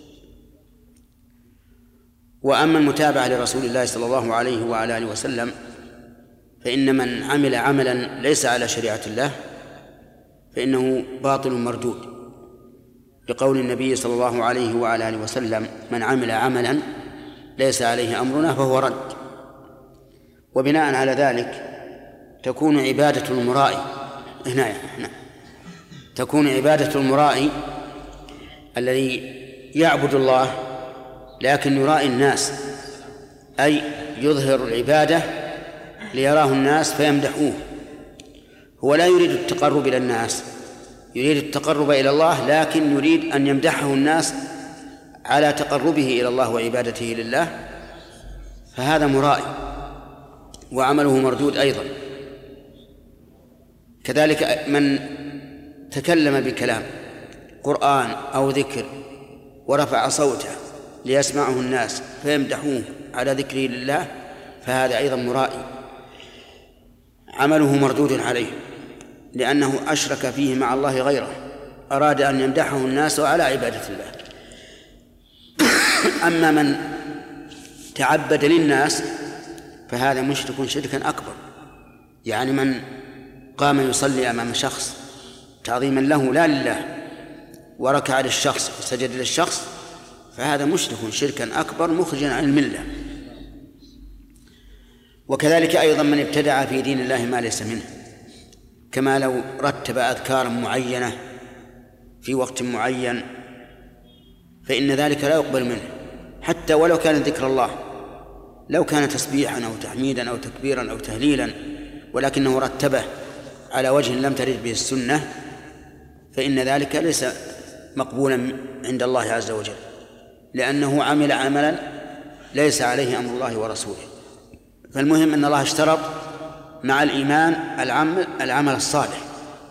وأما المتابعة لرسول الله صلى الله عليه وعلى آله وسلم فإن من عمل عملا ليس على شريعة الله فإنه باطل مردود، لقول النبي صلى الله عليه وعلى آله وسلم: من عمل عملا ليس عليه أمرنا فهو رد. وبناء على ذلك تكون عبادة المرائي هنا هنا تكون عبادة المرائي الذي يعبد الله لكن يرائي الناس، أي يظهر العبادة ليراه الناس فيمدحوه. هو لا يريد التقرب إلى الناس، يريد التقرب إلى الله، لكن يريد أن يمدحه الناس على تقربه إلى الله وعبادته لله، فهذا مرائي وعمله مردود أيضا. كذلك من تكلم بكلام قرآن أو ذكر ورفع صوته ليسمعه الناس فيمدحوه على ذكره لله فهذا أيضا مرائي، عمله مردود عليه لأنه أشرك فيه مع الله غيره، أراد أن يمدحه الناس على عبادة الله. أما من تعبد للناس فهذا مشرك شركا أكبر، يعني من قام يصلي أمام شخص تعظيما له لا لله وركع للشخص وسجد للشخص فهذا مشرك شركا أكبر مخرجا عن الملة. وكذلك أيضا من ابتدع في دين الله ما ليس منه، كما لو رتب أذكارا معينة في وقت معين فإن ذلك لا يقبل منه، حتى ولو كان ذكر الله، لو كان تسبيحا أو تحميدا أو تكبيرا أو تهليلا، ولكنه رتبه على وجه لم ترد به السنة فإن ذلك ليس مقبولا عند الله عز وجل، لأنه عمل عملا ليس عليه أمر الله ورسوله. فالمهم أن الله اشترط مع الإيمان العمل, العمل الصالح.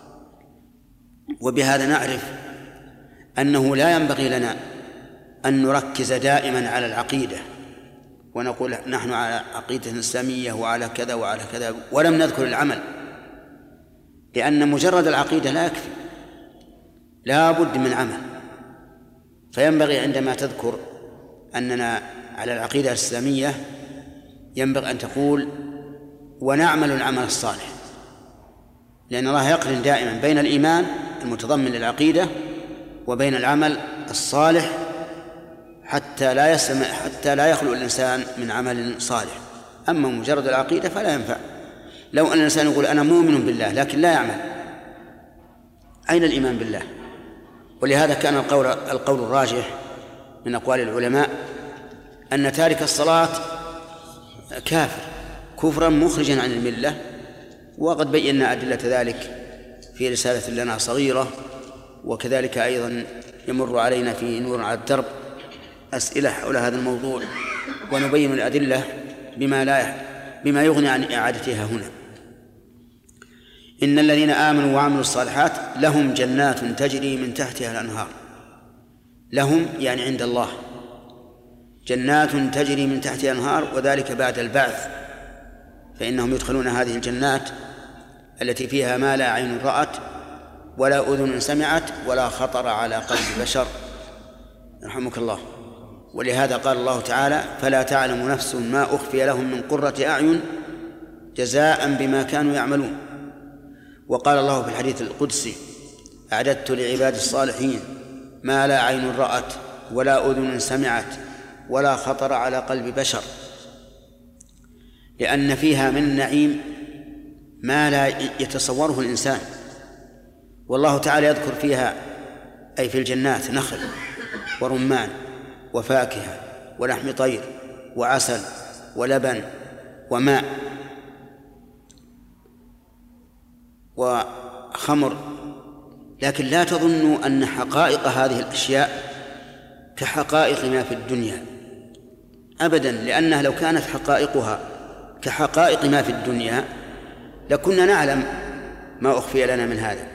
وبهذا نعرف أنه لا ينبغي لنا أن نركز دائما على العقيدة ونقول نحن على عقيدة إسلامية وعلى كذا وعلى كذا ولم نذكر العمل، لأن مجرد العقيدة لا يكفي، لا بد من عمل. فينبغي عندما تذكر أننا على العقيدة الإسلامية ينبغي أن تقول ونعمل العمل الصالح، لأن الله يقرن دائما بين الإيمان المتضمن للعقيدة وبين العمل الصالح حتى لا يسمع حتى لا يخلو الإنسان من عمل صالح. أما مجرد العقيدة فلا ينفع. لو أن الإنسان يقول أنا مؤمن بالله لكن لا يعمل، أين الإيمان بالله؟ ولهذا كان القول, القول الراجح من أقوال العلماء أن تارك الصلاة كافر كفرا مخرجا عن الملة، وقد بينا أدلة ذلك في رسالة لنا صغيرة، وكذلك أيضا يمر علينا في نور على الدرب أسئلة حول هذا الموضوع، ونبين الأدلة بما, لا بما يغني عن إعادتها هنا. إن الذين آمنوا وعملوا الصالحات لهم جنات تجري من تحتها الأنهار. لهم يعني عند الله جنات تجري من تحتها الأنهار، وذلك بعد البعث، فإنهم يدخلون هذه الجنات التي فيها ما لا عين رأت ولا أذن سمعت ولا خطر على قلب بشر. يرحمك الله. ولهذا قال الله تعالى: فلا تعلم نفس ما أخفي لهم من قرة أعين جزاء بما كانوا يعملون. وقال الله في الحديث القدسي: أعددت لعباد الصالحين ما لا عين رأت ولا أذن سمعت ولا خطر على قلب بشر، لأن فيها من النعيم ما لا يتصوره الإنسان. والله تعالى يذكر فيها أي في الجنات نخل ورمان وفاكهة ولحم طير وعسل ولبن وماء وخمر، لكن لا تظنوا أن حقائق هذه الأشياء كحقائق ما في الدنيا أبدا، لأنها لو كانت حقائقها كحقائق ما في الدنيا لكنا نعلم ما أخفي لنا من هذا،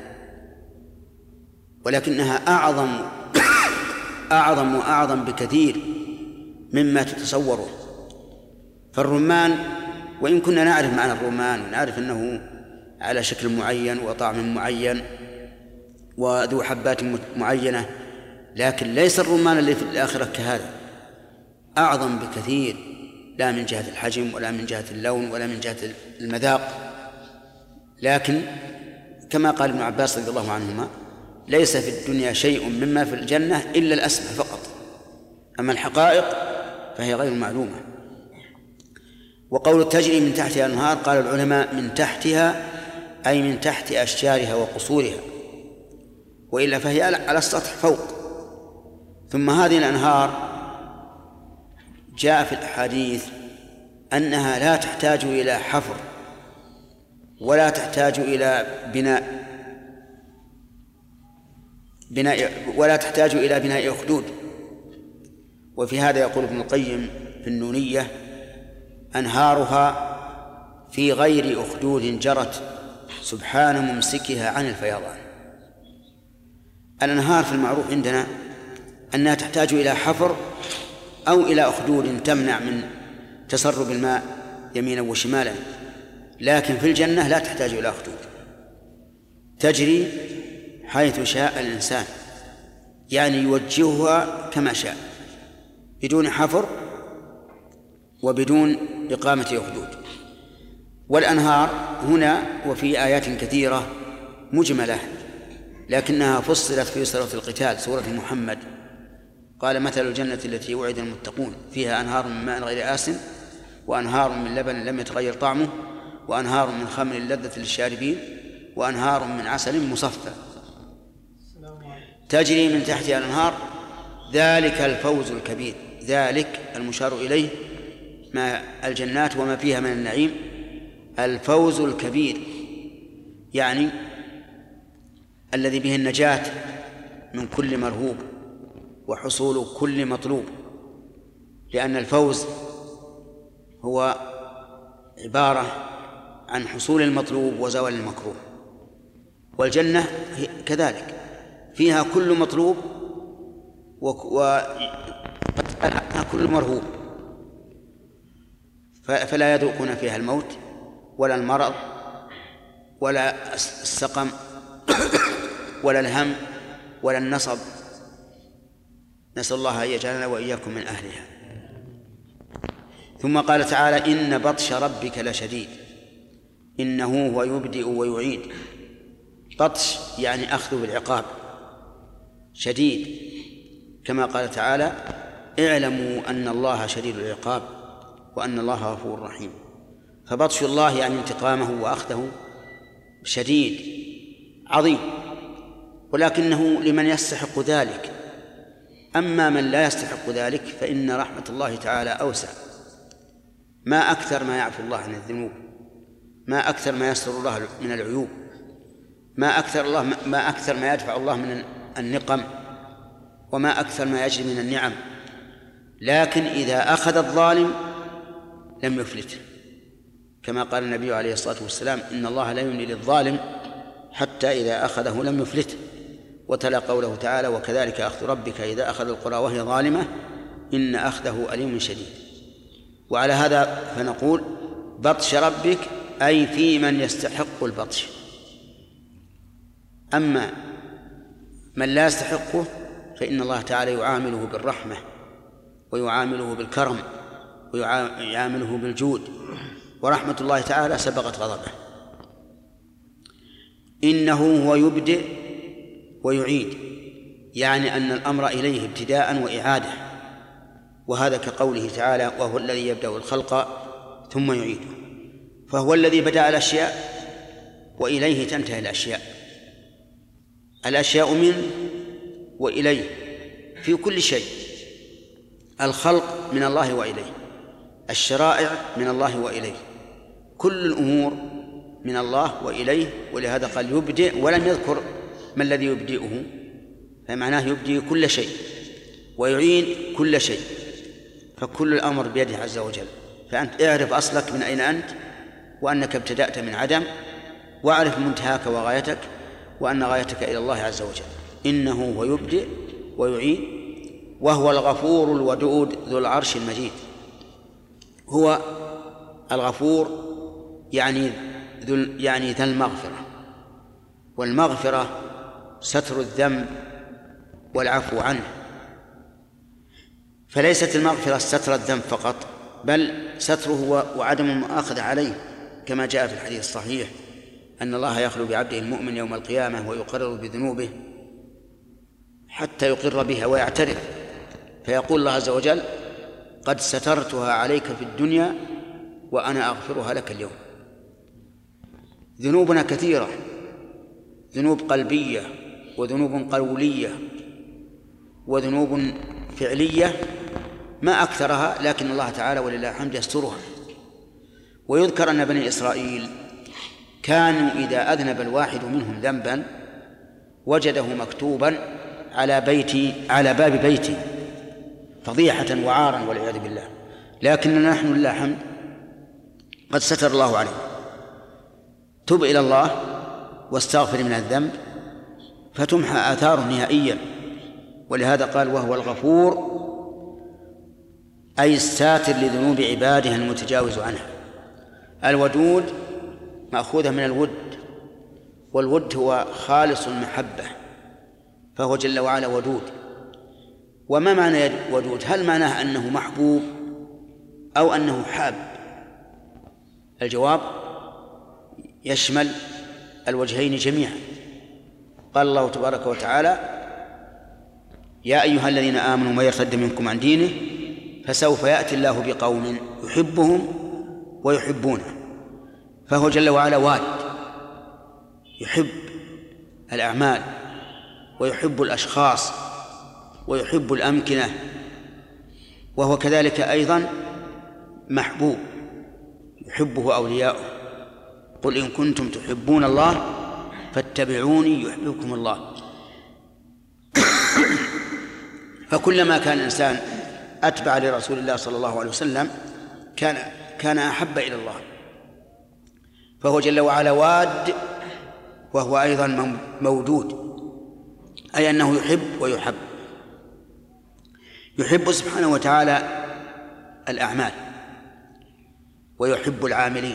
ولكنها أعظم أعظم وأعظم بكثير مما تتصوره. فالرمان، وإن كنا نعرف معنى الرمان ونعرف أنه على شكل معين وطعم معين وذو حبات معينة، لكن ليس الرمان اللي في الآخرة كهذا، أعظم بكثير، لا من جهة الحجم ولا من جهة اللون ولا من جهة المذاق. لكن كما قال ابن عباس رضي الله عنهما: ليس في الدنيا شيء مما في الجنة إلا الأسماء فقط، أما الحقائق فهي غير معلومة. وقول تجري من تحتها الأنهار، قال العلماء من تحتها أي من تحت أشجارها وقصورها، وإلا فهي على السطح فوق. ثم هذه الأنهار جاء في الأحاديث أنها لا تحتاج إلى حفر ولا تحتاج إلى بناء بناء ولا تحتاج إلى بناء أخدود. وفي هذا يقول ابن القيم في النونية: أنهارها في غير أخدود جرت سبحان ممسكها عن الفيضان. الأنهار في المعروف عندنا أنها تحتاج إلى حفر أو إلى أخدود تمنع من تسرب الماء يمينا وشمالا، لكن في الجنة لا تحتاج إلى أخدود، تجري حيث شاء الإنسان، يعني يوجهها كما شاء بدون حفر وبدون إقامة أخدود. والأنهار هنا وفي آيات كثيرة مجملة لكنها فصلت في سورة القتال، سورة محمد. قال: مثل الجنة التي وعد المتقون فيها أنهار من ماء غير آسن وأنهار من لبن لم يتغير طعمه وأنهار من خمر لذة للشاربين وأنهار من عسل مصفى تجري من تحتها الأنهار ذلك الفوز الكبير. ذلك المشار إليه ما الجنات وما فيها من النعيم، الفوز الكبير يعني الذي به النجاة من كل مرهوب وحصول كل مطلوب، لأن الفوز هو عبارة عن حصول المطلوب وزوال المكروه، والجنة كذلك فيها كل مطلوب وكل مرهوب، فلا يذوقون فيها الموت ولا المرض ولا السقم ولا الهم ولا النصب. نسأل الله أن يجعلنا وإياكم من أهلها. ثم قال تعالى: إن بطش ربك لشديد إنه هو يبدئ ويعيد. بطش يعني أخذ بالعقاب، شديد كما قال تعالى: اعلموا أن الله شديد العقاب وأن الله غفور رحيم. فبطش الله يعني انتقامه وأخذه شديد عظيم، ولكنه لمن يستحق ذلك. أما من لا يستحق ذلك فإن رحمة الله تعالى أوسع. ما أكثر ما يعفو الله عن الذنوب، ما أكثر ما يستر الله من العيوب، ما أكثر الله ما أكثر ما يدفع الله من النقم، وما أكثر ما يجري من النعم. لكن إذا أخذ الظالم لم يفلته، كما قال النبي عليه الصلاة والسلام: إن الله لا يملي للظالم حتى إذا أخذه لم يفلته. وتلا قوله تعالى: وكذلك أخذ ربك إذا أخذ القرى وهي ظالمة إن أخذه أليم شديد. وعلى هذا فنقول: بطش ربك أي في من يستحق البطش. أما من لا يستحقه فإن الله تعالى يعامله بالرحمة ويعامله بالكرم ويعامله بالجود، ورحمة الله تعالى سبقت غضبه. إنه هو يبدئ ويعيد، يعني أن الأمر إليه ابتداء وإعادة، وهذا كقوله تعالى: وهو الذي يبدأ الخلق ثم يعيده. فهو الذي بدأ الأشياء وإليه تنتهي الأشياء. الأشياء منه وإليه في كل شيء. الخلق من الله وإليه، الشرائع من الله وإليه، كل الأمور من الله وإليه. ولهذا قال يبدئ ولم يذكر ما الذي يبدئه، فمعناه يبدئ كل شيء ويعين كل شيء، فكل الأمر بيده عز وجل. فأنت اعرف أصلك من أين أنت، وأنك ابتدأت من عدم، واعرف منتهاك وغايتك، وأن غايتك إلى الله عز وجل. إنه هو يبدئ ويعين وهو الغفور الودود ذو العرش المجيد. هو الغفور يعني ذو يعني ذا المغفرة، والمغفرة ستر الذنب والعفو عنه. فليست المغفرة ستر الذنب فقط، بل ستره وعدم المؤاخذة عليه، كما جاء في الحديث الصحيح أن الله يخلو بعبده المؤمن يوم القيامة ويقرر بذنوبه حتى يقر بها ويعترف، فيقول الله عز وجل: قد سترتها عليك في الدنيا وأنا أغفرها لك اليوم. ذنوبنا كثيرة، ذنوب قلبية وذنوب قولية وذنوب فعلية ما أكثرها، لكن الله تعالى ولله الحمد يسترها. ويذكر أن بني إسرائيل كانوا إذا أذنب الواحد منهم ذنبا وجده مكتوبا على بيتي على باب بيتي فضيحة وعارا والعياذ بالله، لكننا نحن لله الحمد قد ستر الله عليه. تب إلى الله واستغفر من الذنب فتمحى آثاره نهائيا. ولهذا قال: وهو الغفور أي الساتر لذنوب عباده المتجاوز عنها. الودود مأخوذة من الود، والود هو خالص المحبة، فهو جل وعلا ودود. وما معنى ودود؟ هل معناه أنه محبوب أو أنه حاب؟ الجواب يشمل الوجهين جميعا. قال الله تبارك وتعالى: يا أيها الذين آمنوا من يرتد منكم عن دينه فسوف يأتي الله بقوم يحبهم ويحبونه. فهو جل وعلا واد، يحب الأعمال ويحب الأشخاص ويحب الأمكنة، وهو كذلك أيضا محبوب يحبه أولياؤه. قل إن كنتم تحبون الله فاتبعوني يحببكم الله. فكلما كان الإنسان أتبع لرسول الله صلى الله عليه وسلم كان كان أحب إلى الله. فهو جل وعلا واد، وهو أيضا مودود، أي أنه يحب ويحب. يحب سبحانه وتعالى الأعمال ويحب العاملين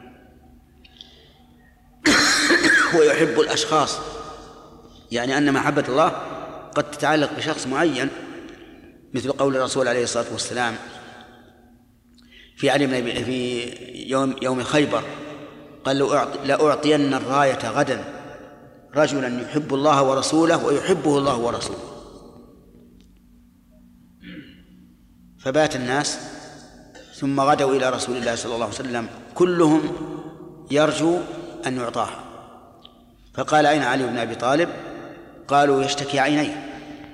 ويحب الأشخاص، يعني أن محبة الله قد تتعلق بشخص معين، مثل قول الرسول عليه الصلاة والسلام في علم في يوم يوم خيبر قال: لأعطين الراية غدا رجلا يحب الله ورسوله ويحبه الله ورسوله. فبات الناس ثم غدوا إلى رسول الله صلى الله عليه وسلم كلهم يرجو أن يعطاها، فقال: أين علي بن أبي طالب؟ قالوا: يشتكي عينيه.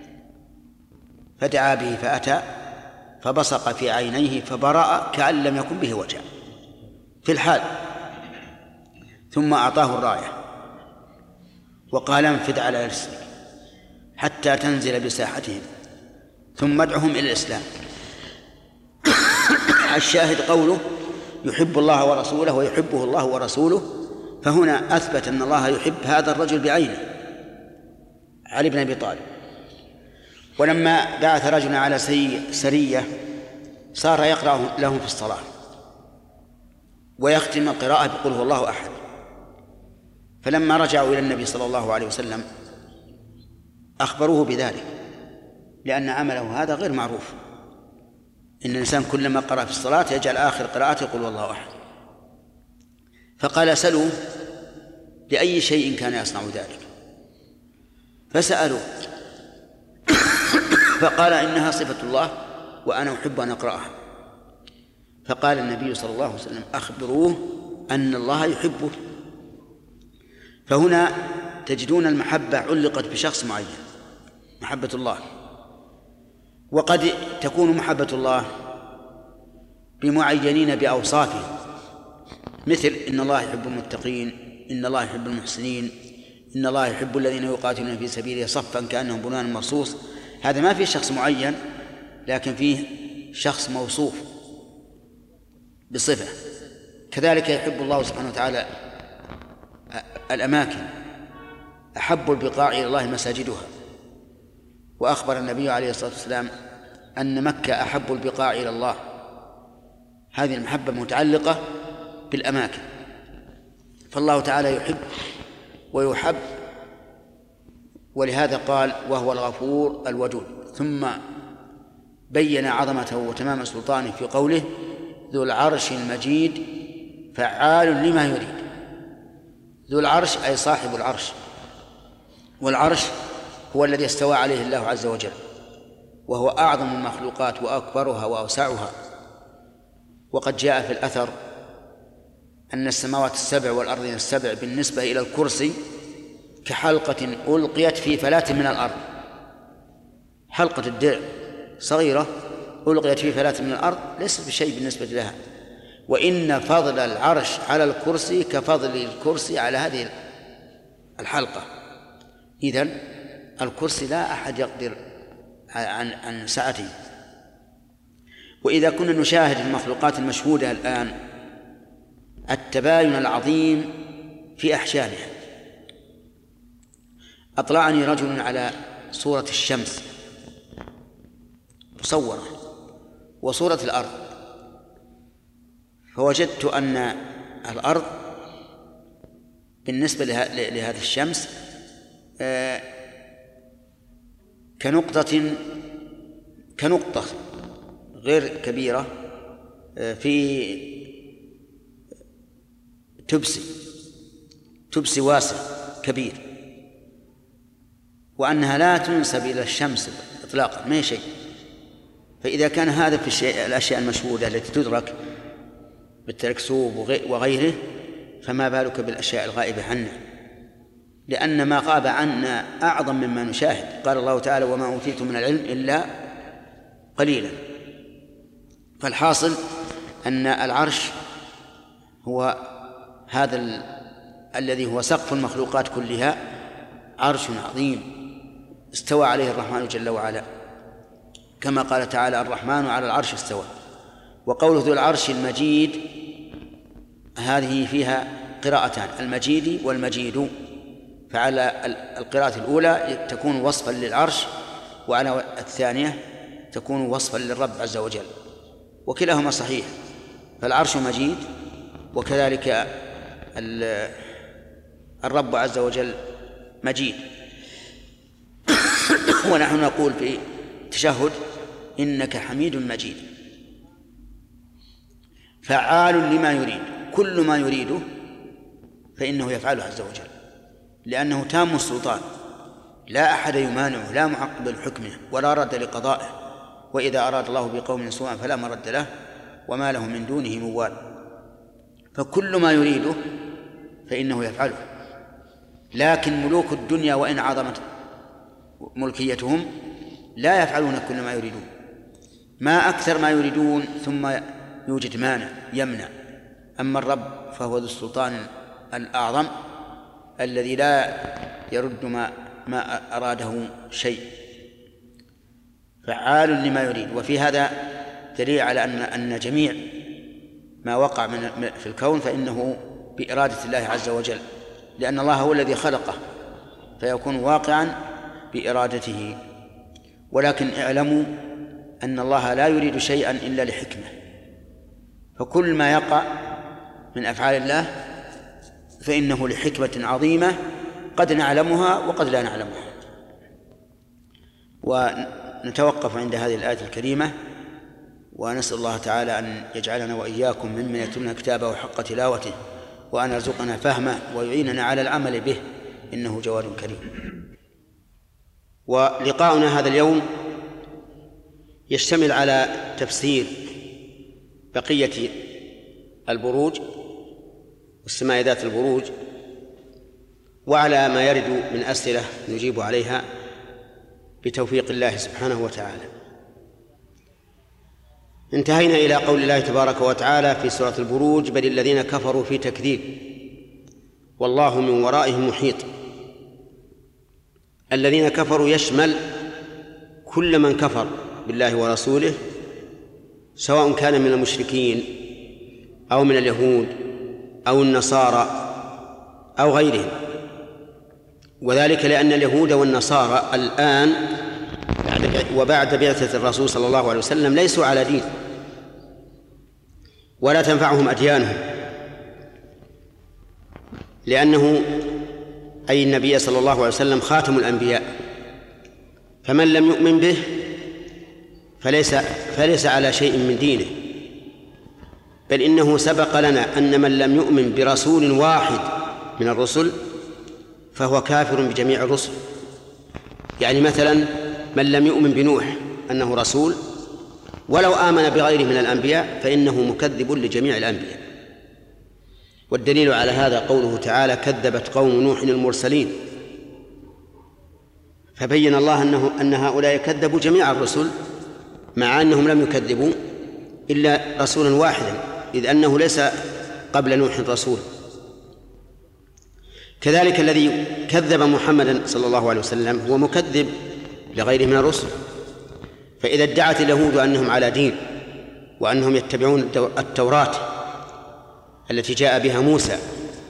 فدعا به فأتى فبصق في عينيه فبرأ كأن لم يكن به وجع في الحال، ثم أعطاه الراية وقال: انفذ على رسلك حتى تنزل بساحتهم ثم ادعهم إلى الإسلام. الشاهد قوله يحب الله ورسوله ويحبه الله ورسوله، فهنا أثبت أن الله يحب هذا الرجل بعينه علي بن أبي طالب. ولما بعث رجلا على سرية صار يقرأ لهم في الصلاة ويختم القراءة بقول هو الله أحد. فلما رجعوا إلى النبي صلى الله عليه وسلم أخبروه بذلك، لأن عمله هذا غير معروف. إن الإنسان كلما قرأ في الصلاة يجعل آخر قراءته يقول والله أحد. فقال سلوا لأي شيء كان يصنع ذلك، فسألوا فقال إنها صفة الله وأنا أحب أن أقرأها. فقال النبي صلى الله عليه وسلم أخبروه أن الله يحبه. فهنا تجدون المحبة علقت بشخص معين، محبة الله. وقد تكون محبة الله بمعينين بأوصافه، مثل إن الله يحب المتقين، إن الله يحب المحسنين، إن الله يحب الذين يقاتلون في سبيله صفا كأنهم بنيان مرصوص. هذا ما فيه شخص معين، لكن فيه شخص موصوف بصفة. كذلك يحب الله سبحانه وتعالى الأماكن، أحب البقاع إلى الله مساجدها. وأخبر النبي عليه الصلاة والسلام أن مكة أحب البقاع إلى الله. هذه المحبة متعلقة بالأماكن. فالله تعالى يحب ويحب، ولهذا قال وهو الغفور الودود. ثم بين عظمته وتمام سلطانه في قوله ذو العرش المجيد فعال لما يريد. ذو العرش أي صاحب العرش، والعرش هو الذي استوى عليه الله عز وجل، وهو أعظم المخلوقات وأكبرها وأوسعها. وقد جاء في الأثر أن السماوات السبع والأرضين السبع بالنسبة إلى الكرسي كحلقة ألقيت في فلاة من الأرض. حلقة الدرع صغيرة ألقيت في فلاة من الأرض ليست بشيء بالنسبة لها. وإن فضل العرش على الكرسي كفضل الكرسي على هذه الحلقة. إذن الكرسي لا أحد يقدر عن عن سعته. وإذا كنا نشاهد المخلوقات المشهودة الآن التباين العظيم في أحجامها. أطلعني رجل على صورة الشمس مصورة وصورة الأرض، فوجدت أن الأرض بالنسبة لهذه الشمس كنقطة كنقطة غير كبيرة في تبسي تبسي واسع كبير، وأنها لا تنسب إلى الشمس إطلاقا، ما شيء. فإذا كان هذا في الشيء الأشياء المشهودة التي تدرك بالتلسكوب وغيره، فما بالك بالأشياء الغائبة عنا، لأن ما غاب عنا أعظم مما نشاهد. قال الله تعالى وما أوتيتم من العلم إلا قليلا. فالحاصل أن العرش هو هذا ال... الذي هو سقف المخلوقات كلها، عرش عظيم استوى عليه الرحمن جل وعلا، كما قال تعالى الرحمن على العرش استوى. وقوله ذو العرش المجيد هذه فيها قراءتان، المجيد والمجيد. فعلى القراءة الأولى تكون وصفا للعرش، وعلى الثانية تكون وصفا للرب عز وجل، وكلاهما صحيح. فالعرش مجيد، وكذلك الرب عز وجل مجيد. ونحن نقول في التشهد إنك حميد مجيد. فعال لما يريد، كل ما يريده فإنه يفعله عز وجل، لأنه تام السلطان، لا أحد يمانعه، لا معقب لحكمه ولا رد لقضائه. وإذا أراد الله بقوم سوءا فلا مرد له وما له من دونه موال. فكل ما يريده فإنه يفعله. لكن ملوك الدنيا وإن عظمت ملكيتهم لا يفعلون كل ما يريدون، ما أكثر ما يريدون ثم يوجد مانع يمنع. أما الرب فهو ذو السلطان الأعظم الذي لا يرد ما ما أراده شيء، فعال لما يريد. وفي هذا دليل على أن أن جميع ما وقع من في الكون فإنه بإرادة الله عز وجل، لأن الله هو الذي خلقه فيكون واقعا بإرادته، ولكن اعلموا أن الله لا يريد شيئا إلا لحكمة، فكل ما يقع من أفعال الله فإنه لحكمة عظيمة قد نعلمها وقد لا نعلمها. ونتوقف عند هذه الآية الكريمة، ونسأل الله تعالى أن يجعلنا وإياكم ممن يتلون كتابه حق تلاوته، وأن يرزقنا فهمه ويعيننا على العمل به، إنه جواد كريم. ولقاؤنا هذا اليوم يشتمل على تفسير بقية البروج والسماء ذات البروج، وعلى ما يرد من أسئلة نجيب عليها بتوفيق الله سبحانه وتعالى. انتهينا إلى قول الله تبارك وتعالى في سورة البروج: بل الذين كفروا في تكذيب والله من ورائهم محيط. الذين كفروا يشمل كل من كفر بالله ورسوله، سواء كان من المشركين أو من اليهود أو النصارى أو غيرهم، وذلك لأن اليهود والنصارى الآن وبعد بعثة الرسول صلى الله عليه وسلم ليسوا على دين، ولا تنفعهم أديانهم، لأنه أي النبي صلى الله عليه وسلم خاتم الأنبياء، فمن لم يؤمن به فليس, فليس على شيء من دينه، بل إنه سبق لنا أن من لم يؤمن برسول واحد من الرسل فهو كافر بجميع الرسل. يعني مثلا من لم يؤمن بنوح أنه رسول ولو آمن بغيره من الأنبياء فإنه مكذب لجميع الأنبياء. والدليل على هذا قوله تعالى: كذبت قوم نوح المرسلين، فبين الله أنه أن هؤلاء كذبوا جميع الرسل مع أنهم لم يكذبوا إلا رسولا واحدا، إذ أنه ليس قبل نوح رسول. كذلك الذي كذب محمدا صلى الله عليه وسلم هو مكذب لغيره من الرسل. فإذا ادعت اليهود أنهم على دين وأنهم يتبعون التوراة التي جاء بها موسى،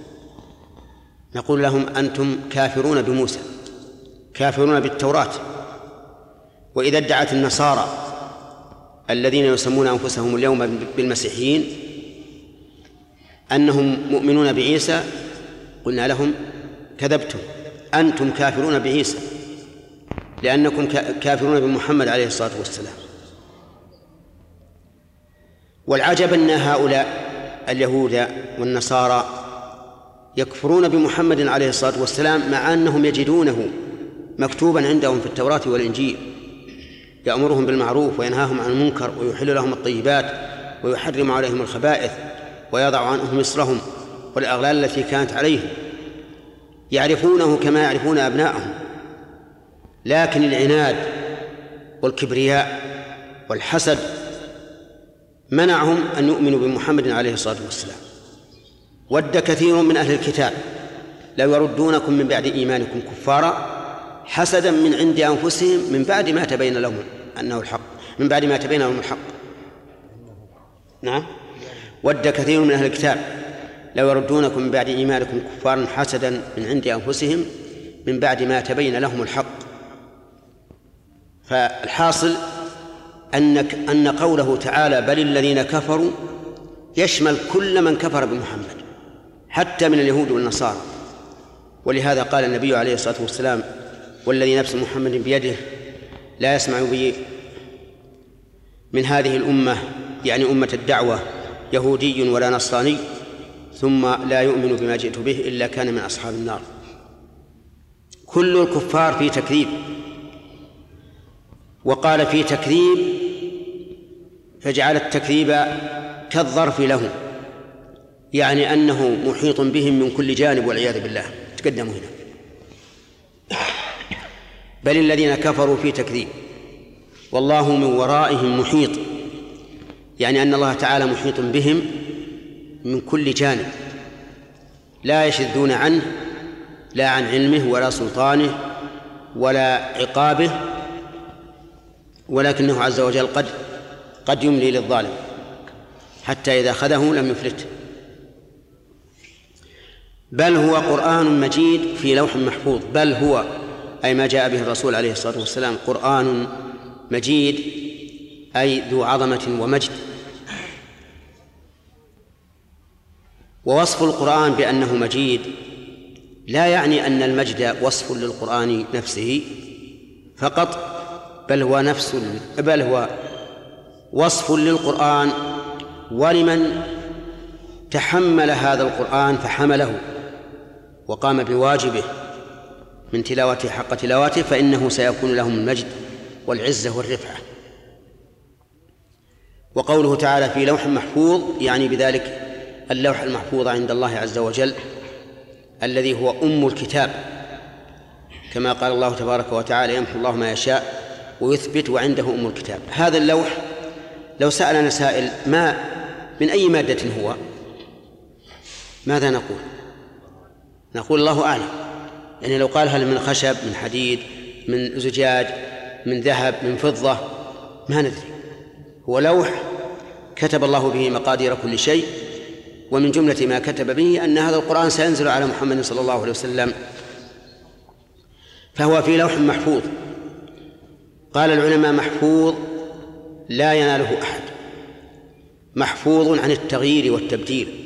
نقول لهم: أنتم كافرون بموسى، كافرون بالتوراة. وإذا ادعت النصارى الذين يسمون أنفسهم اليوم بالمسيحيين أنهم مؤمنون بعيسى، قلنا لهم: كذبتم، أنتم كافرون بعيسى لأنكم كافرون بمحمد عليه الصلاة والسلام. والعجب أن هؤلاء اليهود والنصارى يكفرون بمحمد عليه الصلاة والسلام مع أنهم يجدونه مكتوبا عندهم في التوراة والإنجيل، يأمرهم بالمعروف وينهاهم عن المنكر ويحل لهم الطيبات ويحرم عليهم الخبائث ويضع عنهم مصرهم والأغلال التي كانت عليهم، يعرفونه كما يعرفون أبناءهم، لكن العناد والكبرياء والحسد منعهم أن يؤمنوا بمحمد عليه الصلاة والسلام. ود كثير من أهل الكتاب لو يردونكم من بعد إيمانكم كفارا حسدا من عند أنفسهم من بعد ما تبين لهم أنه الحق من بعد ما تبين لهم الحق. نعم، ود كثير من أهل الكتاب لو يردونكم من بعد إيمانكم كفارا حسدا من عند أنفسهم من بعد ما تبين لهم الحق. فالحاصل أنك أن قوله تعالى: بل الذين كفروا، يشمل كل من كفر بمحمد حتى من اليهود والنصارى. ولهذا قال النبي عليه الصلاة والسلام: والذي نفس محمد بيده لا يسمع بي من هذه الأمة، يعني أمة الدعوة، يهودي ولا نصراني ثم لا يؤمن بما جئت به إلا كان من أصحاب النار. كل الكفار في تكذيب. وقال في تكذيب فجعل التكذيب كالظرف له، يعني أنه محيط بهم من كل جانب والعياذ بالله. تقدموا هنا: بل الذين كفروا في تكذيب والله من ورائهم محيط، يعني أن الله تعالى محيط بهم من كل جانب، لا يشذون عنه، لا عن علمه ولا سلطانه ولا عقابه، ولكنه عز وجل قد قد يملي للظالم حتى إذا أخذه لم يفلته. بل هو قرآن مجيد في لوح محفوظ. بل هو أي ما جاء به الرسول عليه الصلاة والسلام قرآن مجيد أي ذو عظمة ومجد. ووصف القرآن بأنه مجيد لا يعني أن المجد وصف للقرآن نفسه فقط، بل هو نفس بل هو وصف للقرآن ولمن تحمل هذا القرآن فحمله وقام بواجبه من تلاوته حق تلاوته، فإنه سيكون لهم المجد والعزة والرفعة. وقوله تعالى في لوح محفوظ يعني بذلك اللوح المحفوظ عند الله عز وجل الذي هو أم الكتاب، كما قال الله تبارك وتعالى يمحو الله ما يشاء ويثبت وعنده أم الكتاب. هذا اللوح لو سألنا سائل ما من أي مادة هو، ماذا نقول؟ نقول الله أعلم. يعني لو قال هل من خشب، من حديد، من زجاج، من ذهب، من فضة، ما ندري. هو لوح كتب الله به مقادير كل شيء، ومن جملة ما كتب به أن هذا القرآن سينزل على محمد صلى الله عليه وسلم، فهو في لوح محفوظ. قال العلماء محفوظ لا يناله أحد، محفوظ عن التغيير والتبديل.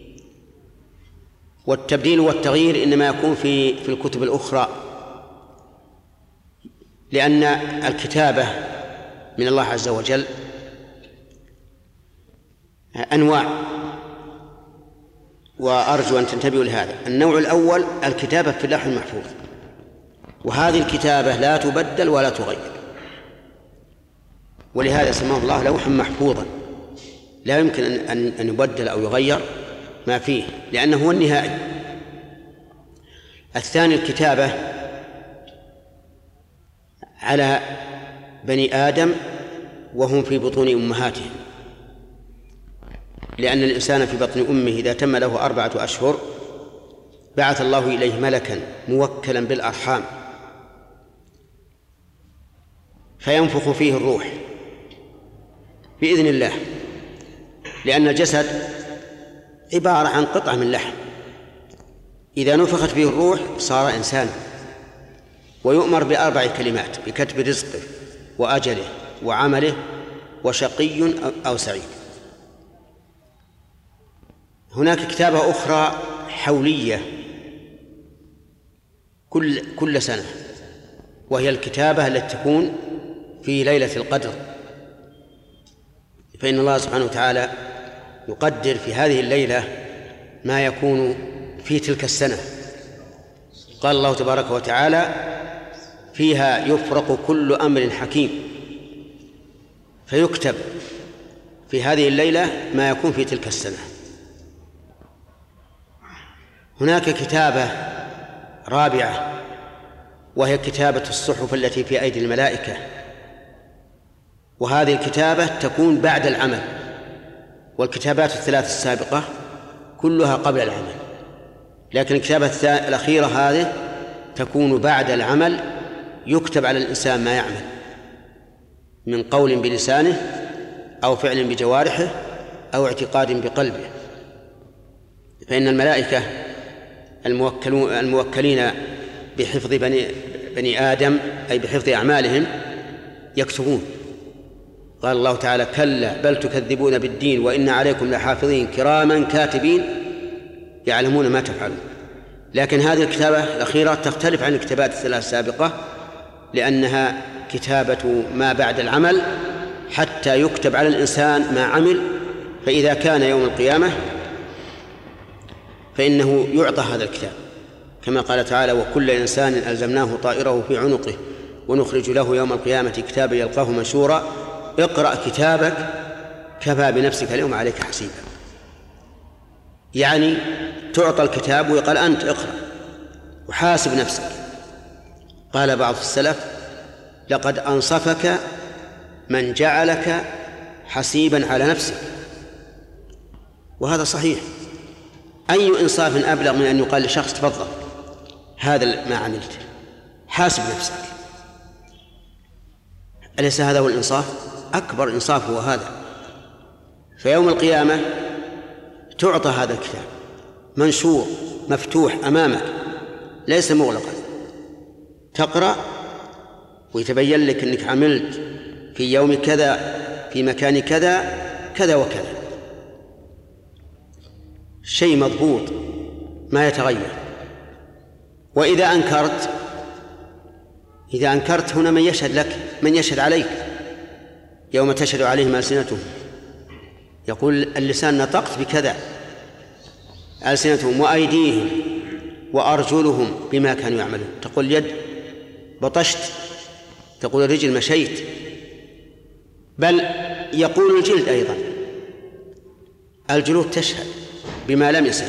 والتبديل والتغيير إنما يكون في في الكتب الأخرى، لأن الكتابة من الله عز وجل أنواع، وأرجو أن تنتبهوا لهذا. النوع الأول الكتابة في اللوح المحفوظ، وهذه الكتابة لا تبدل ولا تغير، ولهذا سماه الله لوحا محفوظا لا يمكن أن يبدل أو يغير ما فيه، لأنه هو النهائي. الثاني الكتابة على بني آدم وهم في بطون أمهاتهم، لأن الإنسان في بطن أمه إذا تم له أربعة أشهر بعث الله إليه ملكا موكلا بالأرحام فينفخ فيه الروح بإذن الله، لأن الجسد عبارة عن قطعة من لحم، إذا نفخت فيه الروح صار إنسانا، ويؤمر بأربع كلمات: بكتب رزقه وأجله وعمله وشقي أو سعيد. هناك كتابة أخرى حولية كل كل سنة، وهي الكتابة التي تكون في ليلة القدر، فإن الله سبحانه وتعالى يقدر في هذه الليلة ما يكون في تلك السنة. قال الله تبارك وتعالى: فيها يفرق كل أمر حكيم، فيكتب في هذه الليلة ما يكون في تلك السنة. هناك كتابة رابعة وهي كتابة الصحف التي في أيدي الملائكة، وهذه الكتابة تكون بعد العمل، والكتابات الثلاث السابقة كلها قبل العمل، لكن الكتابة الأخيرة هذه تكون بعد العمل، يكتب على الإنسان ما يعمل من قول بلسانه أو فعل بجوارحه أو اعتقاد بقلبه. فإن الملائكة الموكلين بحفظ بني, بني آدم أي بحفظ أعمالهم يكتبون. قال الله تعالى: كلا بل تكذبون بالدين وإن عليكم لحافظين كراما كاتبين يعلمون ما تفعلون. لكن هذه الكتابة الأخيرة تختلف عن الكتابات الثلاث السابقة، لأنها كتابة ما بعد العمل حتى يكتب على الإنسان ما عمل، فإذا كان يوم القيامة فإنه يعطى هذا الكتاب، كما قال تعالى: وكل إنسان ألزمناه طائره في عنقه ونخرج له يوم القيامة كتابا يلقاه منشورا اقرأ كتابك كفى بنفسك اليوم عليك حسيبا. يعني تعطى الكتاب ويقال أنت اقرأ وحاسب نفسك. قال بعض السلف: لقد أنصفك من جعلك حسيبا على نفسك. وهذا صحيح. أي إنصاف أبلغ من أن يقال لشخص: تفضل هذا ما عملت، حاسب نفسك. أليس هذا هو الإنصاف؟ أكبر إنصاف هو هذا. فيوم القيامة تعطى هذا الكتاب منشور مفتوح أمامك، ليس مغلقا، تقرأ ويتبين لك أنك عملت في يوم كذا في مكان كذا كذا وكذا، شيء مضبوط ما يتغير. وإذا أنكرت إذا أنكرت هنا من يشهد لك، من يشهد عليك يوم تشهد عليهم ألسنتهم، يقول اللسان نطقت بكذا، ألسنتهم وأيديهم وأرجلهم بما كانوا يعملون. تقول يد بطشت، تقول الرجل مشيت، بل يقول الجلد أيضا، الجلود تشهد بما لم يصف.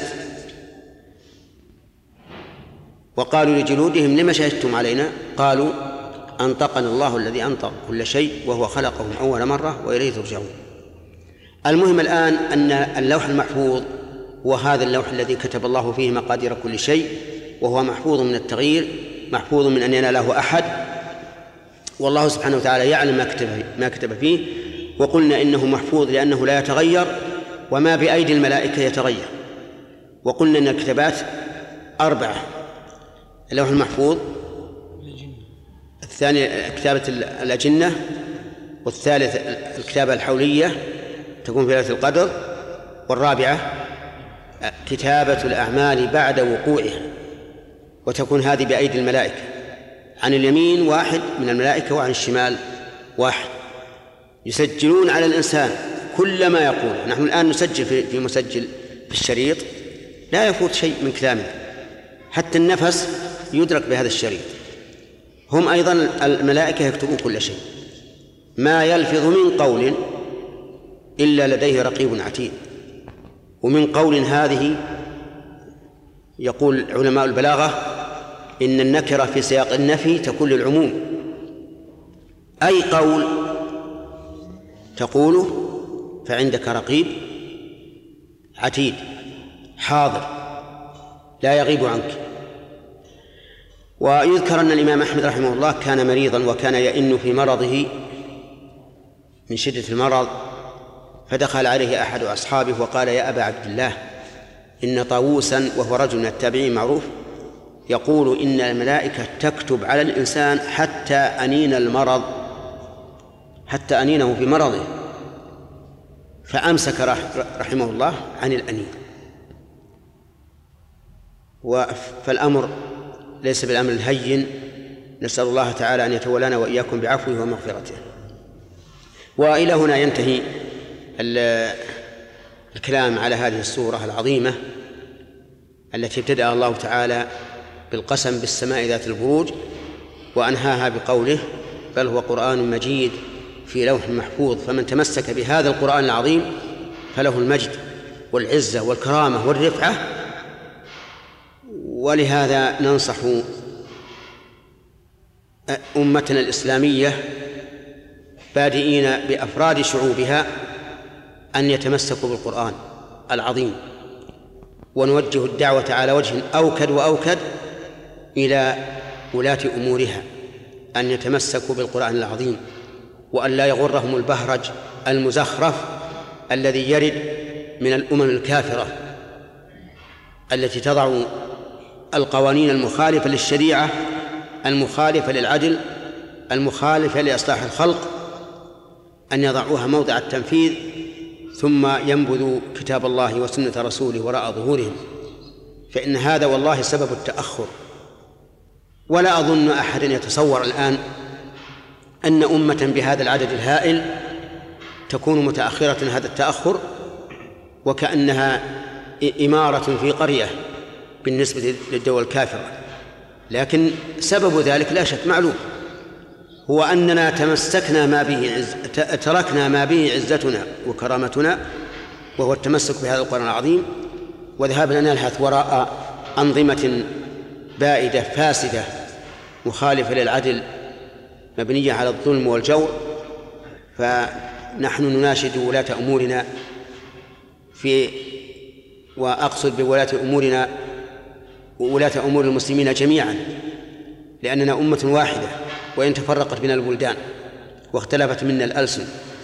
وقالوا لجلودهم لما شهدتم علينا؟ قالوا أنطقنا الله الذي أنطق كل شيء وهو خلقهم أول مرة وإليه ترجعون. المهم الآن أن اللوح المحفوظ هو هذا اللوح الذي كتب الله فيه مقادير كل شيء، وهو محفوظ من التغيير، محفوظ من أن يناله أحد، والله سبحانه وتعالى يعلم ما كتب ما كتب فيه. وقلنا إنه محفوظ لأنه لا يتغير، وما بأيدي الملائكة يتغير. وقلنا إن الكتابات أربعة: اللوح المحفوظ، الثاني كتابة الأجنة، والثالث الكتابة الحولية تكون في ليلة القدر، والرابعة كتابة الأعمال بعد وقوعها، وتكون هذه بأيدي الملائكة، عن اليمين واحد من الملائكة وعن الشمال واحد، يسجلون على الإنسان كل ما يقول. نحن الآن نسجل في مسجل في الشريط، لا يفوت شيء من كلامه، حتى النفس يدرك بهذا الشريط. هم أيضا الملائكة يكتبون كل شيء، ما يلفظ من قول إلا لديه رقيب عتيد. ومن قول هذه يقول علماء البلاغة إن النكرة في سياق النفي تكون للعموم، أي قول تقوله فعندك رقيب عتيد حاضر لا يغيب عنك. ويذكر أن الإمام أحمد رحمه الله كان مريضا وكان يئن في مرضه من شدة المرض، فدخل عليه أحد أصحابه وقال: يا أبا عبد الله، إن طاووسا، وهو رجل من التابعين معروف، يقول إن الملائكة تكتب على الإنسان حتى أنين المرض، حتى أنينه في مرضه. فأمسك رحمه الله عن الأنين. فالأمر ليس بالأمر الهين، نسأل الله تعالى أن يتولانا وإياكم بعفوه ومغفرته. وإلى هنا ينتهي الكلام على هذه السورة العظيمة التي ابتدأ الله تعالى بالقسم بالسماء ذات البروج، وأنهاها بقوله: بل هو قرآن مجيد في لوح محفوظ. فمن تمسك بهذا القرآن العظيم فله المجد والعزة والكرامة والرفعة. ولهذا ننصح أمتنا الإسلامية بادئين بأفراد شعوبها أن يتمسكوا بالقرآن العظيم، ونوجه الدعوة على وجه أوكد وأوكد إلى ولاة أمورها أن يتمسكوا بالقرآن العظيم، وأن لا يغرهم البهرج المزخرف الذي يرد من الأمم الكافرة التي تضع القوانين المخالفة للشريعة، المخالفة للعدل، المخالفة لإصلاح الخلق، أن يضعوها موضع التنفيذ ثم ينبذوا كتاب الله وسنة رسوله وراء ظهورهم. فإن هذا والله سبب التأخر. ولا أظن أحد يتصور الآن أن أمة بهذا العدد الهائل تكون متأخرة هذا التأخر، وكأنها إمارة في قرية بالنسبة للدول الكافرة. لكن سبب ذلك لا شك معلوم، هو أننا تمسكنا ما به عز... تركنا ما به عزتنا وكرامتنا، وهو التمسك بهذا القرآن العظيم، وذهبنا نلهث وراء أنظمة بائدة فاسدة مخالفة للعدل مبنية على الظلم والجور. فنحن نناشد ولاة أمورنا في وأقصد بولاة أمورنا وولاة أمور المسلمين جميعا، لأننا أمة واحدة، وإن تفرقت بنا البلدان واختلفت منا الألسن،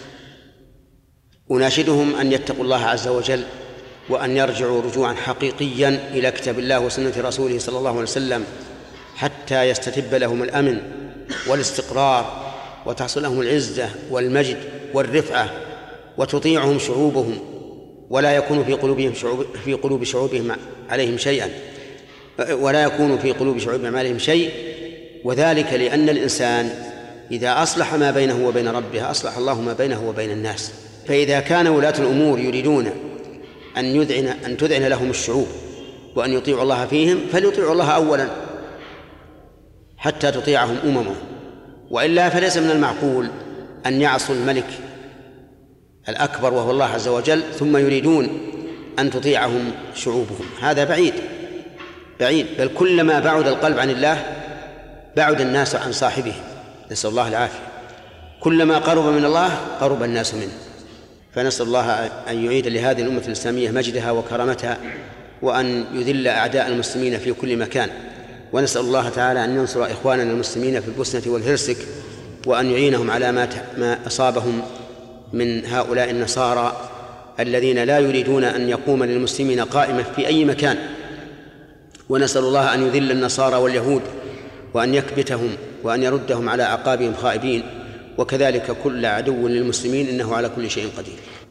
أناشدهم أن يتقوا الله عز وجل، وأن يرجعوا رجوعا حقيقيا إلى كتاب الله وسنة رسوله صلى الله عليه وسلم، حتى يستتب لهم الأمن والاستقرار وتحصل لهم العزة والمجد والرفعة وتطيعهم شعوبهم ولا يكون في قلوبهم شعوب في قلوب شعوبهم عليهم شيئا ولا يكون في قلوب شعوبهم عليهم شيء. وذلك لأن الإنسان إذا أصلح ما بينه وبين ربه أصلح الله ما بينه وبين الناس. فإذا كان ولاة الأمور يريدون أن يذعن أن تذعن لهم الشعوب وأن يطيعوا الله فيهم فليطيعوا الله أولا حتى تطيعهم أممهم، وإلا فليس من المعقول أن يعصوا الملك الأكبر وهو الله عز وجل ثم يريدون أن تطيعهم شعوبهم. هذا بعيد بعيد، بل كلما بعد القلب عن الله بعد الناس عن صاحبه، نسأل الله العافية. كلما قرب من الله قرب الناس منه. فنسأل الله أن يعيد لهذه الأمة الإسلامية مجدها وكرامتها وأن يذل أعداء المسلمين في كل مكان، ونسأل الله تعالى أن ينصر إخواننا المسلمين في البوسنة والهرسك وأن يعينهم على ما أصابهم من هؤلاء النصارى الذين لا يريدون أن يقوم للمسلمين قائمة في أي مكان. ونسأل الله أن يذل النصارى واليهود وأن يكبتهم وأن يردهم على أعقابهم خائبين، وكذلك كل عدو للمسلمين إنه على كل شيء قدير.